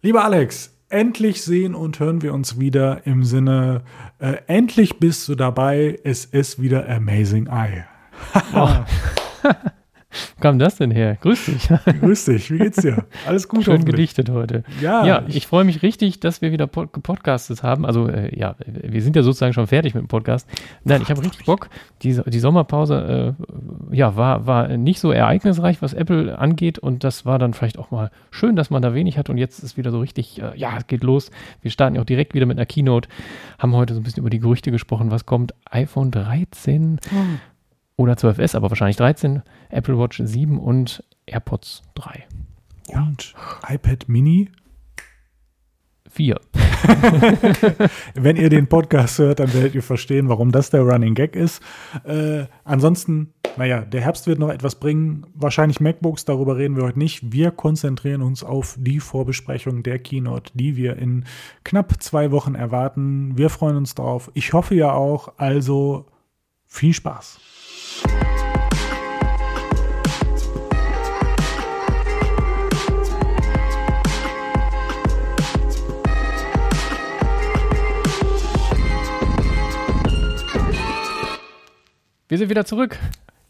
Lieber Alex, endlich sehen und hören wir uns wieder im Sinne, endlich bist du dabei, es ist wieder Amazing Eye. Wo kam das denn her? Grüß dich. Grüß dich, wie geht's dir? Alles gut? Schön gedichtet heute. Ja, ich freue mich richtig, dass wir wieder gepodcastet haben. Also wir sind ja sozusagen schon fertig mit dem Podcast. Nein, ich habe richtig Bock. Die Sommerpause war nicht so ereignisreich, was Apple angeht, und das war dann vielleicht auch mal schön, dass man da wenig hat, und jetzt ist wieder so richtig, es geht los. Wir starten ja auch direkt wieder mit einer Keynote, haben heute so ein bisschen über die Gerüchte gesprochen, was kommt. iPhone 13 oder 12S, aber wahrscheinlich 13, Apple Watch 7 und AirPods 3. Und iPad Mini 4. Wenn ihr den Podcast hört, dann werdet ihr verstehen, warum das der Running Gag ist. Ansonsten, der Herbst wird noch etwas bringen. Wahrscheinlich MacBooks, darüber reden wir heute nicht. Wir konzentrieren uns auf die Vorbesprechung der Keynote, die wir in knapp 2 Wochen erwarten. Wir freuen uns drauf. Ich hoffe ja auch. Also viel Spaß. Wir sind wieder zurück.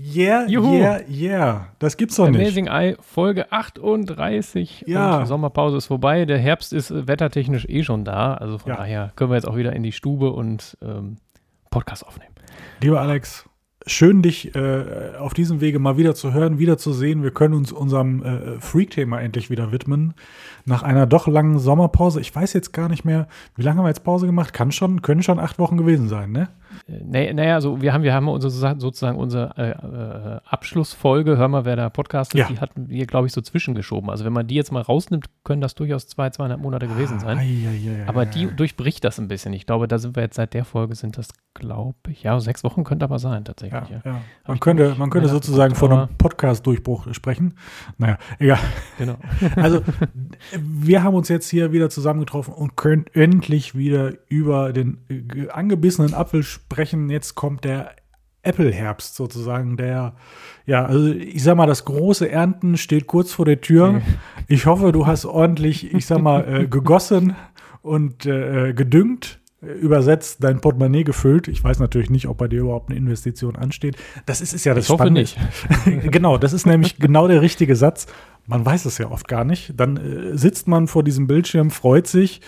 Yeah. Das gibt's doch nicht. Amazing Eye, Folge 38. Ja. Und Sommerpause ist vorbei. Der Herbst ist wettertechnisch schon da. Also von daher können wir jetzt auch wieder in die Stube und Podcast aufnehmen. Lieber Alex, schön, dich auf diesem Wege mal wieder zu hören, wieder zu sehen. Wir können uns unserem Freak-Thema endlich wieder widmen. Nach einer doch langen Sommerpause. Ich weiß jetzt gar nicht mehr, wie lange haben wir jetzt Pause gemacht? Können schon 8 Wochen gewesen sein, ne? Also wir haben unsere Abschlussfolge, hör mal, wer da podcastet, die hatten wir, glaube ich, so zwischengeschoben. Also wenn man die jetzt mal rausnimmt, können das durchaus 2,5 Monate gewesen sein. Aber die durchbricht das ein bisschen. Ich glaube, da sind wir jetzt seit der Folge, sind das, glaube ich, 6 Wochen könnte aber sein, tatsächlich. Ja. Man könnte sozusagen von einem Podcast-Durchbruch sprechen. Naja, egal. Genau. Also wir haben uns jetzt hier wieder zusammengetroffen und können endlich wieder über den angebissenen Apfel sprechen. Jetzt kommt der Apple-Herbst sozusagen, also ich sag mal, das große Ernten steht kurz vor der Tür. Okay. Ich hoffe, du hast ordentlich, gegossen und gedüngt, übersetzt, dein Portemonnaie gefüllt. Ich weiß natürlich nicht, ob bei dir überhaupt eine Investition ansteht. Das ist ja das Spannende. Ich hoffe nicht. Genau, das ist nämlich genau der richtige Satz. Man weiß es ja oft gar nicht. Dann sitzt man vor diesem Bildschirm, freut sich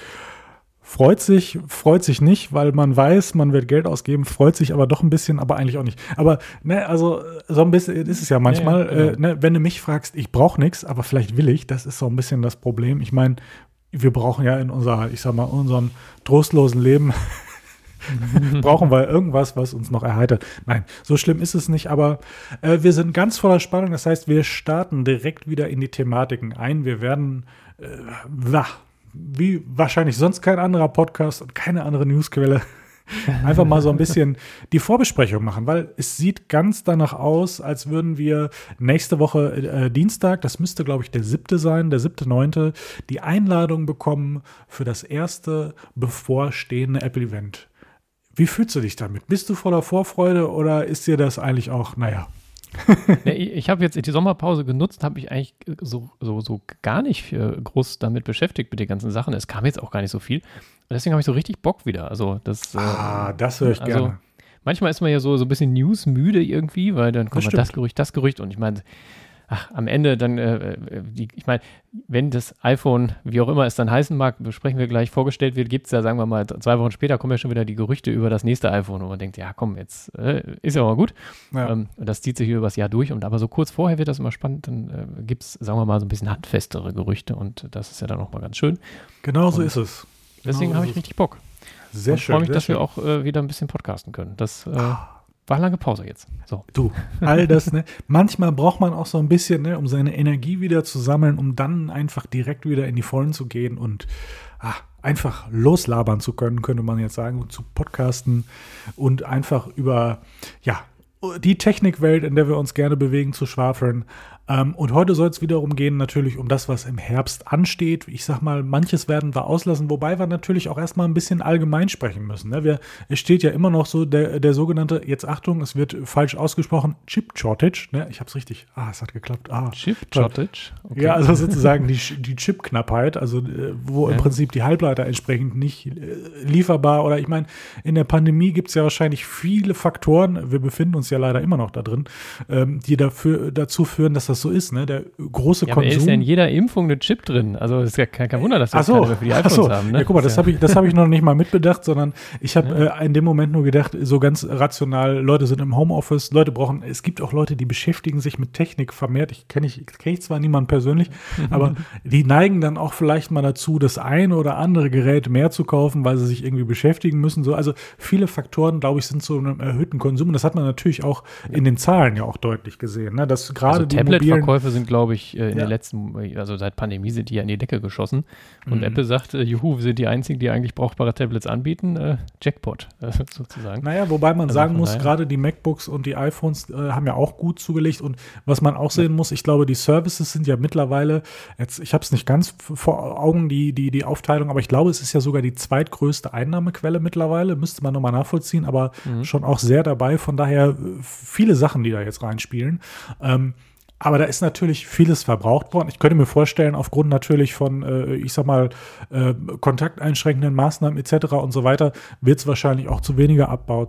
nicht, weil man weiß, man wird Geld ausgeben, freut sich aber doch ein bisschen, aber eigentlich auch nicht. Aber, so ein bisschen ist es ja manchmal, genau. Wenn du mich fragst, ich brauche nichts, aber vielleicht will ich, das ist so ein bisschen das Problem. Ich meine, wir brauchen ja in unserem trostlosen Leben, brauchen wir irgendwas, was uns noch erheitert. Nein, so schlimm ist es nicht, aber wir sind ganz voller Spannung. Das heißt, wir starten direkt wieder in die Thematiken ein. Wir werden, wie wahrscheinlich sonst kein anderer Podcast und keine andere Newsquelle, einfach mal so ein bisschen die Vorbesprechung machen, weil es sieht ganz danach aus, als würden wir nächste Woche Dienstag, das müsste, glaube ich, der 7. sein, der 7.9., die Einladung bekommen für das erste bevorstehende Apple-Event. Wie fühlst du dich damit? Bist du voller Vorfreude oder ist dir das eigentlich auch, Ich habe jetzt die Sommerpause genutzt, habe mich eigentlich so gar nicht groß damit beschäftigt mit den ganzen Sachen. Es kam jetzt auch gar nicht so viel. Und deswegen habe ich so richtig Bock wieder. Also das höre ich gerne. Manchmal ist man ja so ein bisschen newsmüde irgendwie, weil dann kommt das Gerücht. Und ich meine, am Ende dann, wenn das iPhone, wie auch immer es dann heißen mag, besprechen wir gleich, vorgestellt wird, gibt es ja, sagen wir mal, 2 Wochen später kommen ja schon wieder die Gerüchte über das nächste iPhone, und man denkt, ja komm, jetzt ist ja mal gut. Ja. Und das zieht sich hier übers Jahr durch, aber so kurz vorher wird das immer spannend, dann gibt es, sagen wir mal, so ein bisschen handfestere Gerüchte, und das ist ja dann auch mal ganz schön. Genau so ist es. Deswegen habe ich richtig Bock. Sehr schön. Ich freue mich, dass wir auch wieder ein bisschen podcasten können. Das war lange Pause jetzt. So. Du, all das, manchmal braucht man auch so ein bisschen, um seine Energie wieder zu sammeln, um dann einfach direkt wieder in die Vollen zu gehen und einfach loslabern zu können, könnte man jetzt sagen, und zu podcasten und einfach über, die Technikwelt, in der wir uns gerne bewegen, zu schwafeln. Und heute soll es wiederum gehen, natürlich um das, was im Herbst ansteht. Ich sag mal, manches werden wir auslassen, wobei wir natürlich auch erstmal ein bisschen allgemein sprechen müssen. Ne? Es steht ja immer noch so der sogenannte, jetzt Achtung, es wird falsch ausgesprochen, Chip Shortage. Ne? Ich hab's richtig. Es hat geklappt. Chip Shortage? Okay. Ja, also sozusagen die Chip-Knappheit, also wo im Prinzip die Halbleiter entsprechend nicht lieferbar oder ich meine, in der Pandemie gibt es ja wahrscheinlich viele Faktoren, wir befinden uns ja leider immer noch da drin, die dazu führen, dass das so ist. Ne? Der große Konsum. Aber ist ja in jeder Impfung eine Chip drin. Also es ist ja kein Wunder, dass wir keine mehr für die iPhones haben. Ne? Ja, guck mal, das hab ich noch nicht mal mitbedacht, sondern ich habe in dem Moment nur gedacht, so ganz rational, Leute sind im Homeoffice, es gibt auch Leute, die beschäftigen sich mit Technik vermehrt. Ich kenne zwar niemanden persönlich, aber die neigen dann auch vielleicht mal dazu, das eine oder andere Gerät mehr zu kaufen, weil sie sich irgendwie beschäftigen müssen. So, also viele Faktoren, glaube ich, sind zu einem erhöhten Konsum. Und das hat man natürlich auch in den Zahlen ja auch deutlich gesehen. Ne? Dass gerade die Tablet-Verkäufe sind, glaube ich, in den letzten, also seit Pandemie sind die ja in die Decke geschossen. Und Apple sagt, juhu, wir sind die Einzigen, die eigentlich brauchbare Tablets anbieten. Jackpot, sozusagen. Naja, wobei man sagen muss, gerade die MacBooks und die iPhones haben ja auch gut zugelegt. Und was man auch sehen muss, ich glaube, die Services sind ja mittlerweile, jetzt, ich habe es nicht ganz vor Augen, die Aufteilung, aber ich glaube, es ist ja sogar die zweitgrößte Einnahmequelle mittlerweile, müsste man nochmal nachvollziehen, aber schon auch sehr dabei, von daher viele Sachen, die da jetzt reinspielen. Aber da ist natürlich vieles verbraucht worden. Ich könnte mir vorstellen, aufgrund natürlich von, ich sag mal, kontakteinschränkenden Maßnahmen etc. und so weiter, wird es wahrscheinlich auch zu weniger Abbau,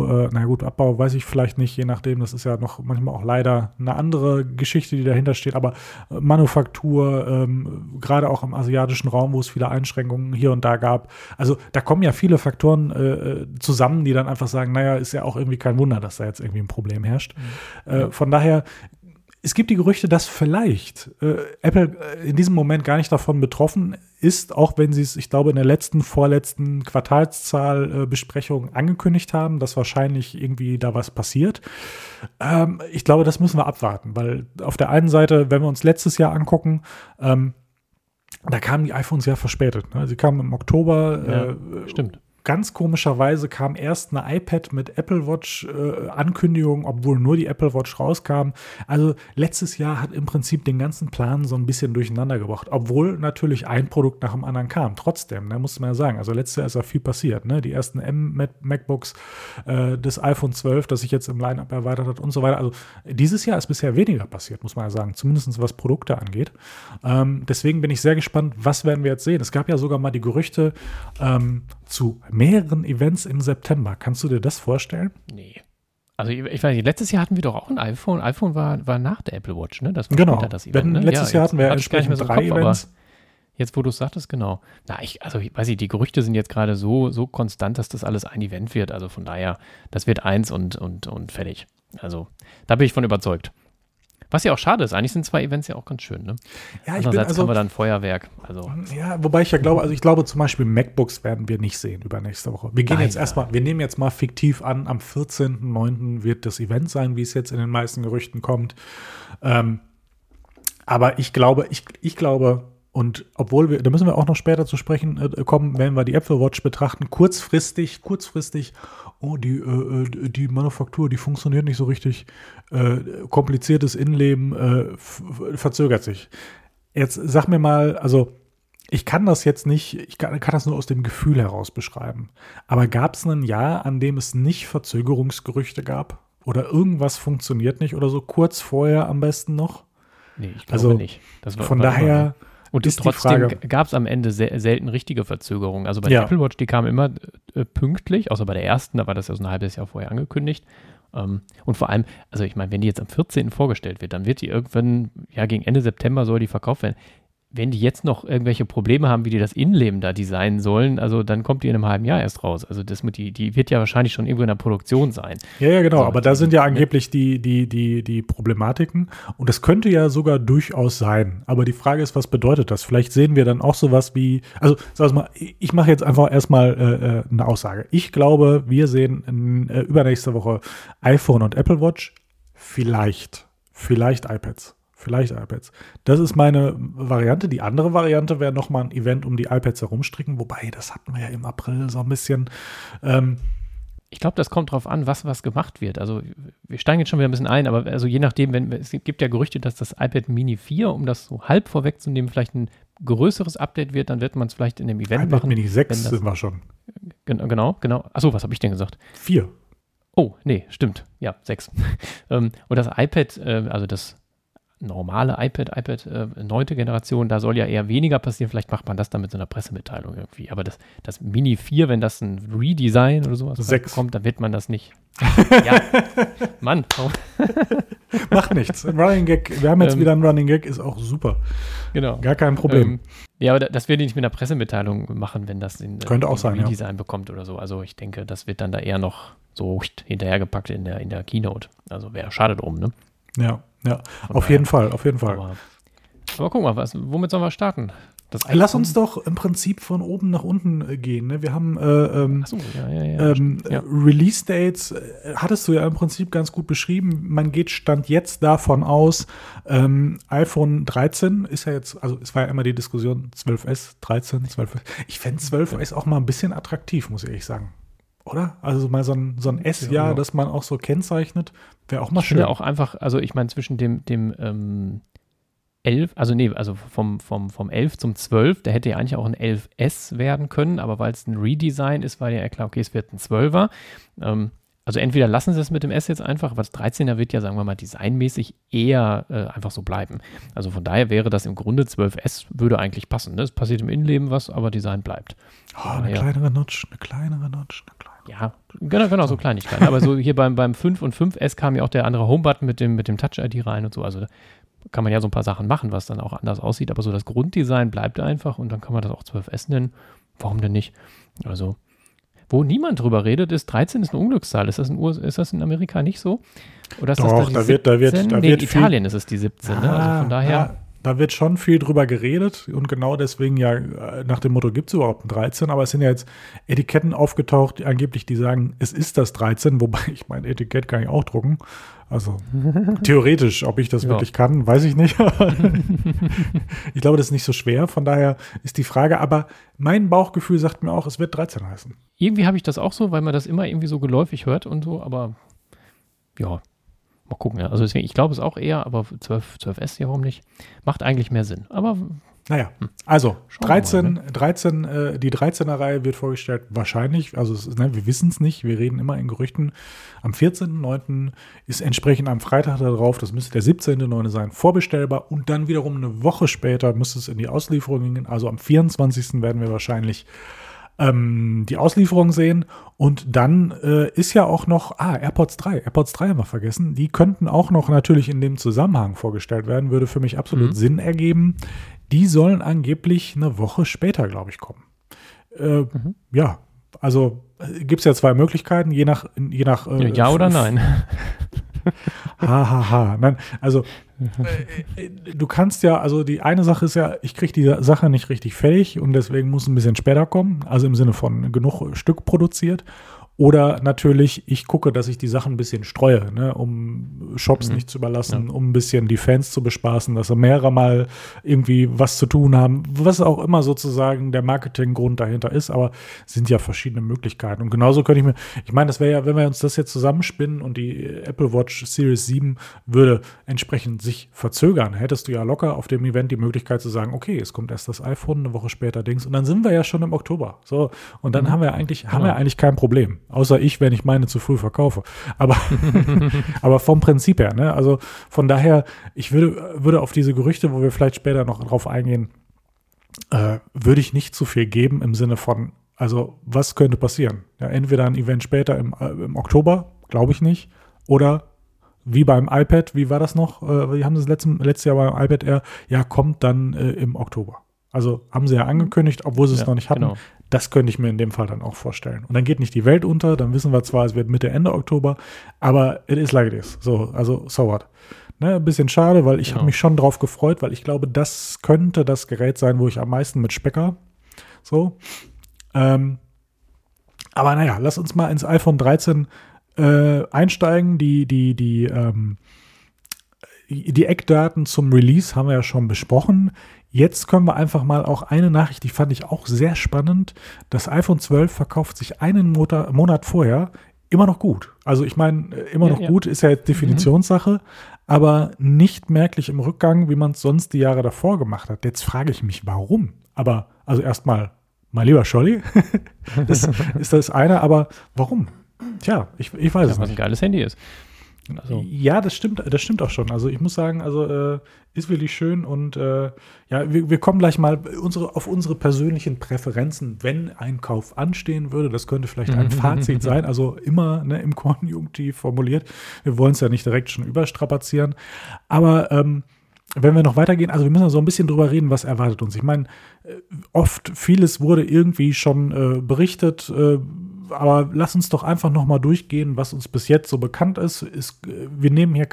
Abbau weiß ich vielleicht nicht, je nachdem, das ist ja noch manchmal auch leider eine andere Geschichte, die dahinter steht, aber Manufaktur, gerade auch im asiatischen Raum, wo es viele Einschränkungen hier und da gab. Also da kommen ja viele Faktoren zusammen, die dann einfach sagen, naja, ist ja auch irgendwie kein Wunder, dass da jetzt irgendwie ein Problem herrscht. Von daher, es gibt die Gerüchte, dass vielleicht Apple in diesem Moment gar nicht davon betroffen ist, auch wenn sie es, ich glaube, in der vorletzten Quartalszahlbesprechung angekündigt haben, dass wahrscheinlich irgendwie da was passiert. Ich glaube, das müssen wir abwarten, weil auf der einen Seite, wenn wir uns letztes Jahr angucken, da kamen die iPhones ja verspätet. Ne? Sie kamen im Oktober. Stimmt. Ganz komischerweise kam erst eine iPad mit Apple Watch Ankündigung, obwohl nur die Apple Watch rauskam. Also letztes Jahr hat im Prinzip den ganzen Plan so ein bisschen durcheinander gebracht, obwohl natürlich ein Produkt nach dem anderen kam. Trotzdem, da muss man ja sagen, also letztes Jahr ist ja viel passiert. Ne? Die ersten MacBooks, das iPhone 12, das sich jetzt im Line-Up erweitert hat und so weiter. Also dieses Jahr ist bisher weniger passiert, muss man ja sagen, zumindest was Produkte angeht. Deswegen bin ich sehr gespannt, was werden wir jetzt sehen. Es gab ja sogar mal die Gerüchte zu mehreren Events im September. Kannst du dir das vorstellen? Nee. Also ich weiß nicht, letztes Jahr hatten wir doch auch ein iPhone. iPhone war nach der Apple Watch, ne? Das war später das Event. Ne? Letztes Jahr hatten wir entsprechend 3 Events. Jetzt, wo du es sagtest, genau. Ich weiß nicht, die Gerüchte sind jetzt gerade so konstant, dass das alles ein Event wird. Also von daher, das wird eins und fertig. Also da bin ich von überzeugt. Was ja auch schade ist, eigentlich sind 2 Events ja auch ganz schön, ne? Ja, andererseits haben wir dann Feuerwerk. Also. Ja, wobei ich ja glaube, ich glaube zum Beispiel MacBooks werden wir nicht sehen übernächste Woche. Wir nehmen jetzt mal fiktiv an, am 14.09. wird das Event sein, wie es jetzt in den meisten Gerüchten kommt. Aber ich glaube, und obwohl da müssen wir auch noch später zu sprechen kommen, wenn wir die Apple Watch betrachten, kurzfristig, die Manufaktur, die funktioniert nicht so richtig, kompliziertes Innenleben verzögert sich. Jetzt sag mir mal, also ich kann das jetzt nicht, ich kann das nur aus dem Gefühl heraus beschreiben, aber gab es ein Jahr, an dem es nicht Verzögerungsgerüchte gab? Oder irgendwas funktioniert nicht oder so, kurz vorher am besten noch? Nee, ich glaube nicht. Von daher und trotzdem gab es am Ende selten richtige Verzögerungen. Also bei der Apple Watch, die kam immer pünktlich, außer bei der ersten, da war das ja so ein halbes Jahr vorher angekündigt. Und vor allem, also ich meine, wenn die jetzt am 14. vorgestellt wird, dann wird die irgendwann, gegen Ende September soll die verkauft werden. Wenn die jetzt noch irgendwelche Probleme haben, wie die das Innenleben da designen sollen, also dann kommt die in einem halben Jahr erst raus. Also die wird ja wahrscheinlich schon irgendwo in der Produktion sein. Ja, genau, aber da sind ja angeblich die Problematiken und das könnte ja sogar durchaus sein. Aber die Frage ist, was bedeutet das? Vielleicht sehen wir dann auch sowas wie, also sag mal, ich mache jetzt einfach erstmal eine Aussage. Ich glaube, wir sehen übernächste Woche iPhone und Apple Watch, vielleicht iPads. Das ist meine Variante. Die andere Variante wäre nochmal ein Event um die iPads herumstricken, wobei, das hatten wir ja im April so ein bisschen. Ich glaube, das kommt drauf an, was gemacht wird. Also wir steigen jetzt schon wieder ein bisschen ein, aber also je nachdem, es gibt ja Gerüchte, dass das iPad Mini 4, um das so halb vorwegzunehmen, vielleicht ein größeres Update wird, dann wird man es vielleicht in dem Event iPad machen. Mini 6 sind wir schon. Genau. Achso, was habe ich denn gesagt? 4. Oh, nee, stimmt. Ja, 6. Und das iPad, also das normale iPad 9. Generation, da soll ja eher weniger passieren. Vielleicht macht man das dann mit so einer Pressemitteilung irgendwie. Aber das Mini 4, wenn das ein Redesign oder sowas kommt, dann wird man das nicht. Ja, Mann. Macht nichts. Ein Running Gag. Wir haben jetzt wieder einen Running Gag, ist auch super. Genau. Gar kein Problem. Ja, aber das werden die nicht mit einer Pressemitteilung machen, wenn das könnte auch sein, Redesign bekommt oder so. Also ich denke, das wird dann da eher noch so hinterhergepackt in der Keynote. Also wäre schade drum, ne? Ja. Auf jeden Fall. Aber guck mal, womit sollen wir starten? Lass uns doch im Prinzip von oben nach unten gehen. Ne? Wir haben Release-Dates, hattest du ja im Prinzip ganz gut beschrieben. Man geht Stand jetzt davon aus, iPhone 13 ist ja jetzt, also es war ja immer die Diskussion 12S, 13, 12S. Ich fände 12S auch mal ein bisschen attraktiv, muss ich ehrlich sagen. Oder? Also mal so ein S-Jahr, das man auch so kennzeichnet, wäre auch mal schön. Ja, auch einfach, also ich meine zwischen dem 11, also vom 11 zum 12, der hätte ja eigentlich auch ein 11S werden können, aber weil es ein Redesign ist, war ja klar, okay, es wird ein 12er. Also entweder lassen sie es mit dem S jetzt einfach, aber das 13er wird ja, sagen wir mal, designmäßig eher einfach so bleiben. Also von daher wäre das im Grunde 12S würde eigentlich passen. Ne? Es passiert im Innenleben was, aber Design bleibt. Eine kleinere Notch. Ja, genau, so Kleinigkeiten. Aber so hier beim 5 und 5S kam ja auch der andere Home-Button mit dem Touch-ID rein und so. Also da kann man ja so ein paar Sachen machen, was dann auch anders aussieht. Aber so das Grunddesign bleibt einfach und dann kann man das auch 12S nennen. Warum denn nicht? Also, wo niemand drüber redet, ist 13 ist eine Unglückszahl. Ist das in Amerika nicht so? Oder ist Doch, das da wird in Italien ist es die 17. Ne? Also von daher. Ja. Da wird schon viel drüber geredet und genau deswegen ja nach dem Motto, gibt es überhaupt ein 13, aber es sind ja jetzt Etiketten aufgetaucht, die sagen, es ist das 13, wobei ich mein Etikett kann ich auch drucken. Also theoretisch, ob ich das wirklich kann, weiß ich nicht. Ich glaube, das ist nicht so schwer, von daher ist die Frage, aber mein Bauchgefühl sagt mir auch, es wird 13 heißen. Irgendwie habe ich das auch so, weil man das immer irgendwie so geläufig hört und so, aber ja. Mal gucken, ja. Also deswegen, ich glaube es auch eher, aber 12S, ja, warum nicht? Macht eigentlich mehr Sinn. Aber naja, also 13, mal, ne? 13, die 13er-Reihe wird vorgestellt, wahrscheinlich, also wir wissen es nicht, wir reden immer in Gerüchten. Am 14.09. ist entsprechend am Freitag darauf, das müsste der 17.09. sein, vorbestellbar und dann wiederum eine Woche später müsste es in die Auslieferung gehen. Also am 24. werden wir wahrscheinlich die Auslieferung sehen und dann ist ja auch noch, AirPods 3 haben wir vergessen, die könnten auch noch natürlich in dem Zusammenhang vorgestellt werden, würde für mich absolut Sinn ergeben. Die sollen angeblich eine Woche später, glaube ich, kommen. Ja, also gibt es ja zwei Möglichkeiten, je nach ja oder nein? Nein, also du kannst ja, also die eine Sache ist ja, ich kriege die Sache nicht richtig fertig und deswegen muss ein bisschen später kommen, also im Sinne von genug Stück produziert. Oder natürlich, ich gucke, dass ich die Sachen ein bisschen streue, ne, um Shops nicht zu überlassen, um ein bisschen die Fans zu bespaßen, dass sie mehrere Mal irgendwie was zu tun haben, was auch immer sozusagen der Marketinggrund dahinter ist, aber es sind ja verschiedene Möglichkeiten. Und genauso könnte ich meine, das wäre ja, wenn wir uns das jetzt zusammenspinnen und die Apple Watch Series 7 würde entsprechend sich verzögern, hättest du ja locker auf dem Event die Möglichkeit zu sagen, okay, es kommt erst das iPhone, eine Woche später Dings und dann sind wir ja schon im Oktober. So, und dann haben wir eigentlich kein Problem. Außer ich, wenn ich meine zu früh verkaufe. Aber vom Prinzip her, ne? Also von daher, ich würde auf diese Gerüchte, wo wir vielleicht später noch drauf eingehen, würde ich nicht zu viel geben im Sinne von, also was könnte passieren? Ja, entweder ein Event später im Oktober, glaube ich nicht, oder wie beim iPad, wie war das noch? Wir haben das letztes Jahr beim iPad Air, ja, kommt dann im Oktober. Also haben sie ja angekündigt, obwohl sie es noch nicht hatten. Genau. Das könnte ich mir in dem Fall dann auch vorstellen. Und dann geht nicht die Welt unter, dann wissen wir zwar, es wird Mitte, Ende Oktober, aber it is like it is. So, also so what. Ne, ein bisschen schade, weil ich habe mich schon drauf gefreut, weil ich glaube, das könnte das Gerät sein, wo ich am meisten mit specker. So. Aber naja, lass uns mal ins iPhone 13 einsteigen. Die Eckdaten zum Release haben wir ja schon besprochen. Jetzt können wir einfach mal auch eine Nachricht, die fand ich auch sehr spannend. Das iPhone 12 verkauft sich einen Monat vorher immer noch gut. Also ich meine, immer noch Ja. gut ist ja jetzt Definitionssache, aber nicht merklich im Rückgang, wie man es sonst die Jahre davor gemacht hat. Jetzt frage ich mich, warum? Aber, also erstmal, mein lieber Scholli, das ist das eine, aber warum? Tja, ich weiß Ja, es was ein nicht. geiles Handy ist. Also, Ja, das stimmt auch schon. Also ich muss sagen, also ist wirklich schön und ja, wir kommen gleich mal auf unsere persönlichen Präferenzen, wenn ein Kauf anstehen würde. Das könnte vielleicht ein Fazit sein, also immer im Konjunktiv formuliert. Wir wollen es ja nicht direkt schon überstrapazieren. Aber wenn wir noch weitergehen, also wir müssen so ein bisschen drüber reden, was erwartet uns. Ich meine, oft vieles wurde irgendwie schon berichtet, aber lass uns doch einfach noch mal durchgehen, was uns bis jetzt so bekannt ist. Wir nehmen hier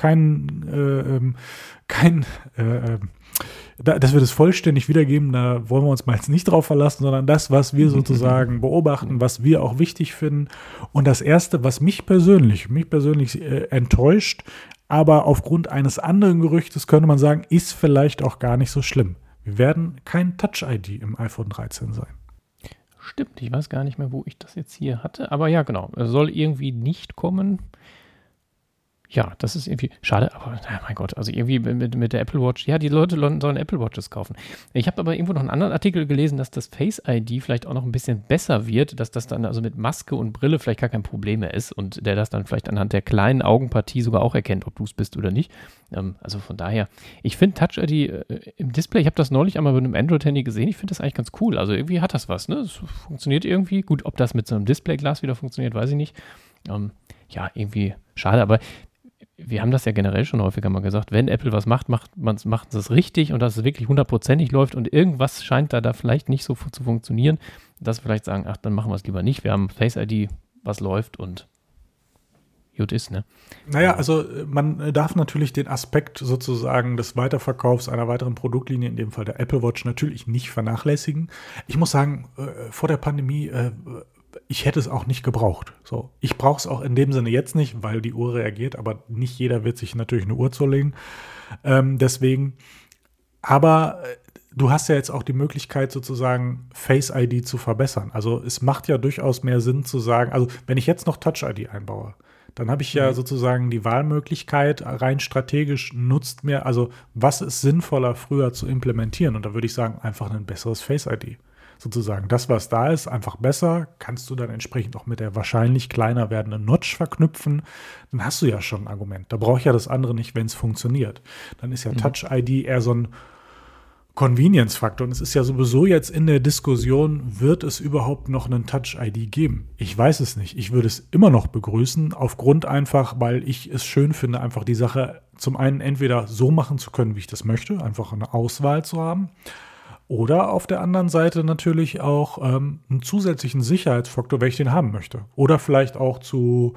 dass wir das vollständig wiedergeben, da wollen wir uns mal jetzt nicht drauf verlassen, sondern das, was wir sozusagen beobachten, was wir auch wichtig finden. Und das Erste, was mich persönlich enttäuscht, aber aufgrund eines anderen Gerüchtes könnte man sagen, ist vielleicht auch gar nicht so schlimm. Wir werden kein Touch-ID im iPhone 13 sein. stimmt, ich weiß gar nicht mehr, wo ich das jetzt hier hatte. Aber ja, genau, es soll irgendwie nicht kommen. Ja, das ist irgendwie schade, aber mein Gott, also irgendwie mit der Apple Watch, ja, die Leute sollen Apple Watches kaufen. Ich habe aber irgendwo noch einen anderen Artikel gelesen, dass das Face ID vielleicht auch noch ein bisschen besser wird, dass das dann also mit Maske und Brille vielleicht gar kein Problem mehr ist und der das dann vielleicht anhand der kleinen Augenpartie sogar auch erkennt, ob du es bist oder nicht. Also von daher, ich finde Touch ID im Display, ich habe das neulich einmal mit einem Android-Handy gesehen, ich finde das eigentlich ganz cool. Also irgendwie hat das was, ne? Es funktioniert irgendwie. Gut, ob das mit so einem Displayglas wieder funktioniert, weiß ich nicht. Ja, irgendwie schade, aber wir haben das ja generell schon häufiger mal gesagt, wenn Apple was macht es richtig und dass es wirklich 100%ig läuft und irgendwas scheint da vielleicht nicht so zu funktionieren, dass wir vielleicht sagen, ach, dann machen wir es lieber nicht. Wir haben Face ID, was läuft und gut ist, ne? Naja, also man darf natürlich den Aspekt sozusagen des Weiterverkaufs einer weiteren Produktlinie, in dem Fall der Apple Watch, natürlich nicht vernachlässigen. Ich muss sagen, vor der Pandemie ich hätte es auch nicht gebraucht. So, ich brauche es auch in dem Sinne jetzt nicht, weil die Uhr reagiert, aber nicht jeder wird sich natürlich eine Uhr zulegen. Deswegen, aber du hast ja jetzt auch die Möglichkeit sozusagen Face ID zu verbessern. Also es macht ja durchaus mehr Sinn zu sagen, also wenn ich jetzt noch Touch ID einbaue, dann habe ich ja sozusagen die Wahlmöglichkeit, rein strategisch nutzt mir, also was ist sinnvoller früher zu implementieren? Und da würde ich sagen, einfach ein besseres Face ID. Sozusagen das, was da ist, einfach besser, kannst du dann entsprechend auch mit der wahrscheinlich kleiner werdenden Notch verknüpfen, dann hast du ja schon ein Argument. Da brauche ich ja das andere nicht, wenn es funktioniert. Dann ist ja Touch-ID eher so ein Convenience-Faktor. Und es ist ja sowieso jetzt in der Diskussion, wird es überhaupt noch einen Touch-ID geben? Ich weiß es nicht. Ich würde es immer noch begrüßen, aufgrund einfach, weil ich es schön finde, einfach die Sache zum einen entweder so machen zu können, wie ich das möchte, einfach eine Auswahl zu haben, oder auf der anderen Seite natürlich auch einen zusätzlichen Sicherheitsfaktor, wenn ich den haben möchte. Oder vielleicht auch zu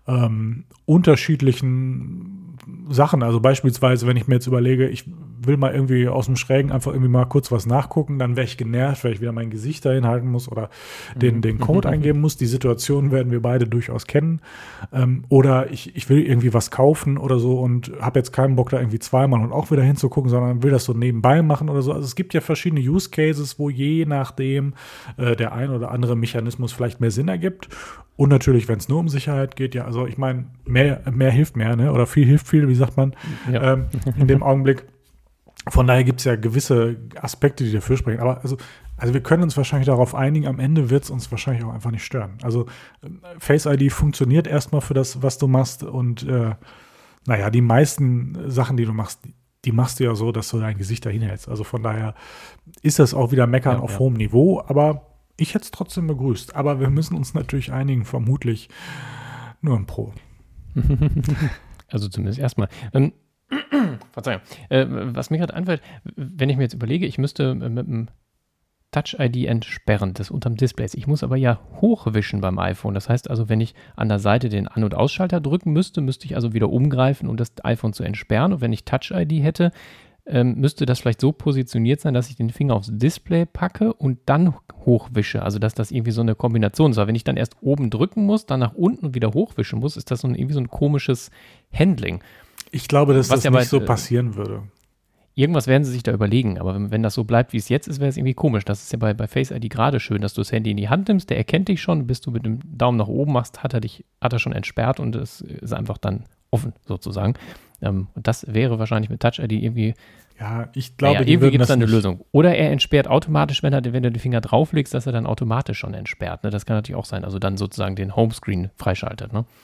unterschiedlichen Sachen. Also beispielsweise, wenn ich mir jetzt überlege, ich will mal irgendwie aus dem Schrägen einfach irgendwie mal kurz was nachgucken, dann wäre ich genervt, weil ich wieder mein Gesicht dahin halten muss oder den Code eingeben muss. Die Situation werden wir beide durchaus kennen. Oder ich will irgendwie was kaufen oder so und habe jetzt keinen Bock, da irgendwie zweimal und auch wieder hinzugucken, sondern will das so nebenbei machen oder so. Also es gibt ja verschiedene Use Cases, wo je nachdem der ein oder andere Mechanismus vielleicht mehr Sinn ergibt. Und natürlich, wenn es nur um Sicherheit geht, ja, also ich meine, mehr hilft mehr, ne? Oder viel hilft viel, wie sagt man, in dem Augenblick. Von daher gibt es ja gewisse Aspekte, die dafür sprechen. Aber also wir können uns wahrscheinlich darauf einigen, am Ende wird es uns wahrscheinlich auch einfach nicht stören. Also Face ID funktioniert erstmal für das, was du machst. Und naja, die meisten Sachen, die du machst, die machst du ja so, dass du dein Gesicht dahin hältst. Also von daher ist das auch wieder Meckern auf hohem Niveau. Aber ich hätte es trotzdem begrüßt. Aber wir müssen uns natürlich einigen, vermutlich nur im Pro. Also zumindest erstmal. Verzeihung. Was mir gerade einfällt, wenn ich mir jetzt überlege, ich müsste mit dem Touch-ID entsperren, das unterm Displays. Ich muss aber ja hochwischen beim iPhone. Das heißt also, wenn ich an der Seite den An- und Ausschalter drücken müsste ich also wieder umgreifen, um das iPhone zu entsperren. Und wenn ich Touch-ID hätte, müsste das vielleicht so positioniert sein, dass ich den Finger aufs Display packe und dann hochwische. Also, dass das irgendwie so eine Kombination ist. Aber wenn ich dann erst oben drücken muss, dann nach unten und wieder hochwischen muss, ist das irgendwie so ein komisches Handling. Ich glaube, dass das nicht so passieren würde. irgendwas werden sie sich da überlegen, aber wenn das so bleibt, wie es jetzt ist, wäre es irgendwie komisch. Das ist ja bei Face ID gerade schön, dass du das Handy in die Hand nimmst, der erkennt dich schon, bis du mit dem Daumen nach oben machst, hat er schon entsperrt und es ist einfach dann offen sozusagen. Und das wäre wahrscheinlich mit Touch ID irgendwie. Ja, ich glaube, irgendwie gibt es da eine Lösung. Oder er entsperrt automatisch, wenn du den Finger drauflegst, dass er dann automatisch schon entsperrt. Ne? Das kann natürlich auch sein. Also dann sozusagen den Homescreen freischaltet. Ne?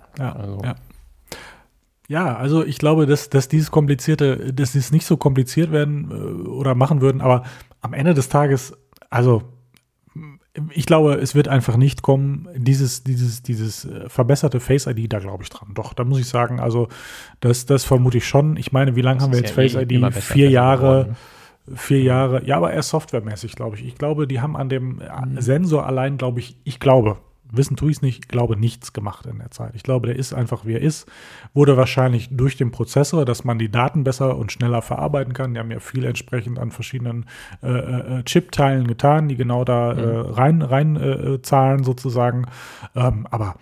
Ja, also ich glaube, dass dieses nicht so kompliziert werden oder machen würden, aber am Ende des Tages, also ich glaube, es wird einfach nicht kommen, dieses verbesserte Face ID, da glaube ich dran. Doch, da muss ich sagen, also das vermute ich schon. Ich meine, wie lange haben wir jetzt Face ID? 4 Jahre. 4 Jahre, ja, aber eher softwaremäßig, glaube ich. Ich glaube, die haben an dem Sensor allein, wissen tue ich es nicht, glaube nichts gemacht in der Zeit. Ich glaube, der ist einfach, wie er ist. Wurde wahrscheinlich durch den Prozessor, dass man die Daten besser und schneller verarbeiten kann. Die haben ja viel entsprechend an verschiedenen Chip-Teilen getan, die genau da rein zahlen sozusagen. Aber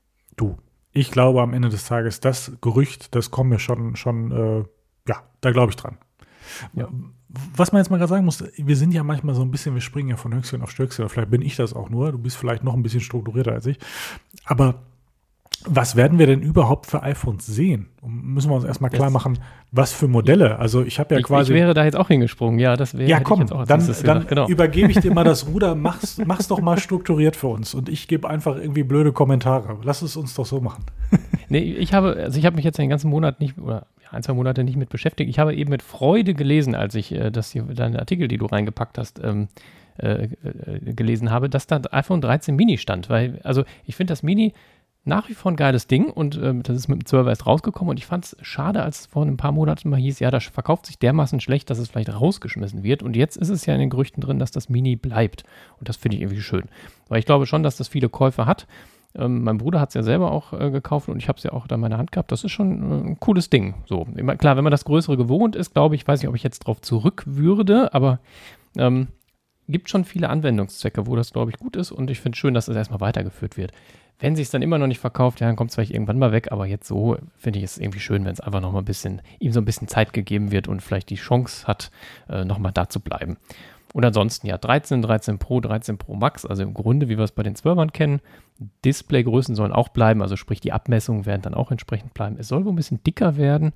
ich glaube am Ende des Tages, das Gerücht, das kommt mir schon da glaube ich dran. Ja. Was man jetzt mal gerade sagen muss, wir sind ja manchmal so ein bisschen, wir springen ja von Höchstchen auf Stöckchen, oder vielleicht bin ich das auch nur, du bist vielleicht noch ein bisschen strukturierter als ich, aber was werden wir denn überhaupt für iPhones sehen? Müssen wir uns erstmal klar machen, was für Modelle, also ich habe ja quasi... Ich wäre da jetzt auch hingesprungen, ja, das wäre... Ja komm, dann genau. Übergebe ich dir mal das Ruder, mach's doch mal strukturiert für uns und ich gebe einfach irgendwie blöde Kommentare, lass es uns doch so machen. Nee, ich habe mich jetzt den ganzen Monat nicht, oder 1-2 Monate nicht mit beschäftigt. Ich habe eben mit Freude gelesen, als ich deine Artikel, die du reingepackt hast, gelesen habe, dass da iPhone 13 Mini stand. Weil, also ich finde das Mini nach wie vor ein geiles Ding und das ist mit dem 12er erst rausgekommen und ich fand es schade, als es vor ein paar Monaten mal hieß, ja, das verkauft sich dermaßen schlecht, dass es vielleicht rausgeschmissen wird und jetzt ist es ja in den Gerüchten drin, dass das Mini bleibt und das finde ich irgendwie schön. Weil ich glaube schon, dass das viele Käufer hat. Mein Bruder hat es ja selber auch gekauft und ich habe es ja auch da in meiner Hand gehabt. Das ist schon ein cooles Ding. So, immer, klar, wenn man das Größere gewohnt ist, glaube ich, weiß nicht, ob ich jetzt drauf zurück würde, aber gibt schon viele Anwendungszwecke, wo das, glaube ich, gut ist und ich finde es schön, dass das erstmal weitergeführt wird. Wenn sich es dann immer noch nicht verkauft, ja, dann kommt es vielleicht irgendwann mal weg, aber jetzt so finde ich es irgendwie schön, wenn es einfach noch mal ihm so ein bisschen Zeit gegeben wird und vielleicht die Chance hat, noch mal da zu bleiben. Und ansonsten ja 13 Pro, 13 Pro Max, also im Grunde, wie wir es bei den 12ern kennen. Displaygrößen sollen auch bleiben, also sprich die Abmessungen werden dann auch entsprechend bleiben. Es soll wohl ein bisschen dicker werden.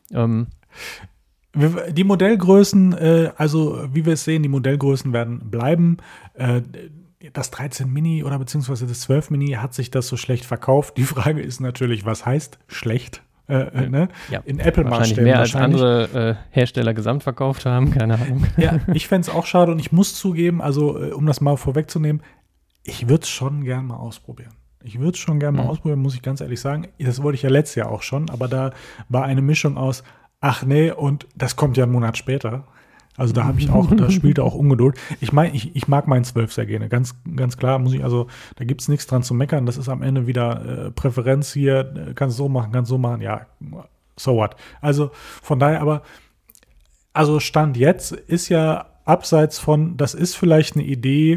Die Modellgrößen, also wie wir es sehen, die Modellgrößen werden bleiben. Das 13 Mini oder beziehungsweise das 12 Mini hat sich das so schlecht verkauft. Die Frage ist natürlich, was heißt schlecht? Ne? Ja, in Apple-Maßstäben mehr als andere Hersteller gesamt verkauft haben, keine Ahnung. Ja, ich fände es auch schade und ich muss zugeben, also um das mal vorwegzunehmen, ich würde es schon gern mal ausprobieren. Muss ich ganz ehrlich sagen. Das wollte ich ja letztes Jahr auch schon, aber da war eine Mischung aus, ach nee, und das kommt ja einen Monat später. Also da spielte auch Ungeduld. Ich meine, ich mag meinen 12 sehr gerne, ganz, ganz klar, da gibt es nichts dran zu meckern. Das ist am Ende wieder Präferenz hier, kannst so machen, ja, so what. Also von daher also Stand jetzt ist ja abseits von, das ist vielleicht eine Idee,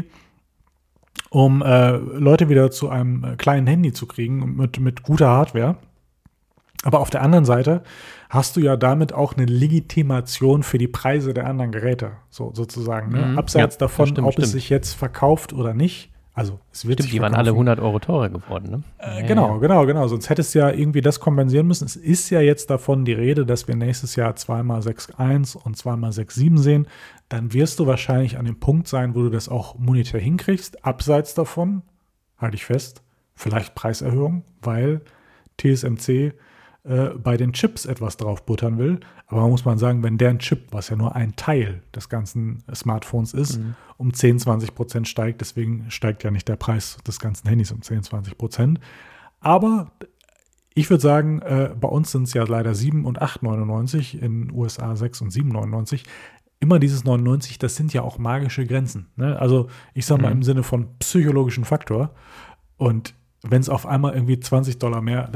um Leute wieder zu einem kleinen Handy zu kriegen mit guter Hardware. Aber auf der anderen Seite hast du ja damit auch eine Legitimation für die Preise der anderen Geräte, sozusagen. Ne? Abseits davon, ob es sich jetzt verkauft oder nicht. Also es wird sich die waren alle 100 Euro teurer geworden, ne? Genau. Sonst hättest du ja irgendwie das kompensieren müssen. Es ist ja jetzt davon die Rede, dass wir nächstes Jahr 2x6.1 und 2x6.7 sehen. Dann wirst du wahrscheinlich an dem Punkt sein, wo du das auch monetär hinkriegst. Abseits davon, halte ich fest, vielleicht Preiserhöhung, weil TSMC bei den Chips etwas drauf buttern will. Aber man muss sagen, wenn deren Chip, was ja nur ein Teil des ganzen Smartphones ist, um 10-20% steigt, deswegen steigt ja nicht der Preis des ganzen Handys um 10-20%. Aber ich würde sagen, bei uns sind es ja leider 7 und 8,99, in den USA 6 und 7,99. Immer dieses 99, das sind ja auch magische Grenzen. Ne? Also ich sage mal im Sinne von psychologischen Faktor. Und wenn es auf einmal irgendwie $20 mehr,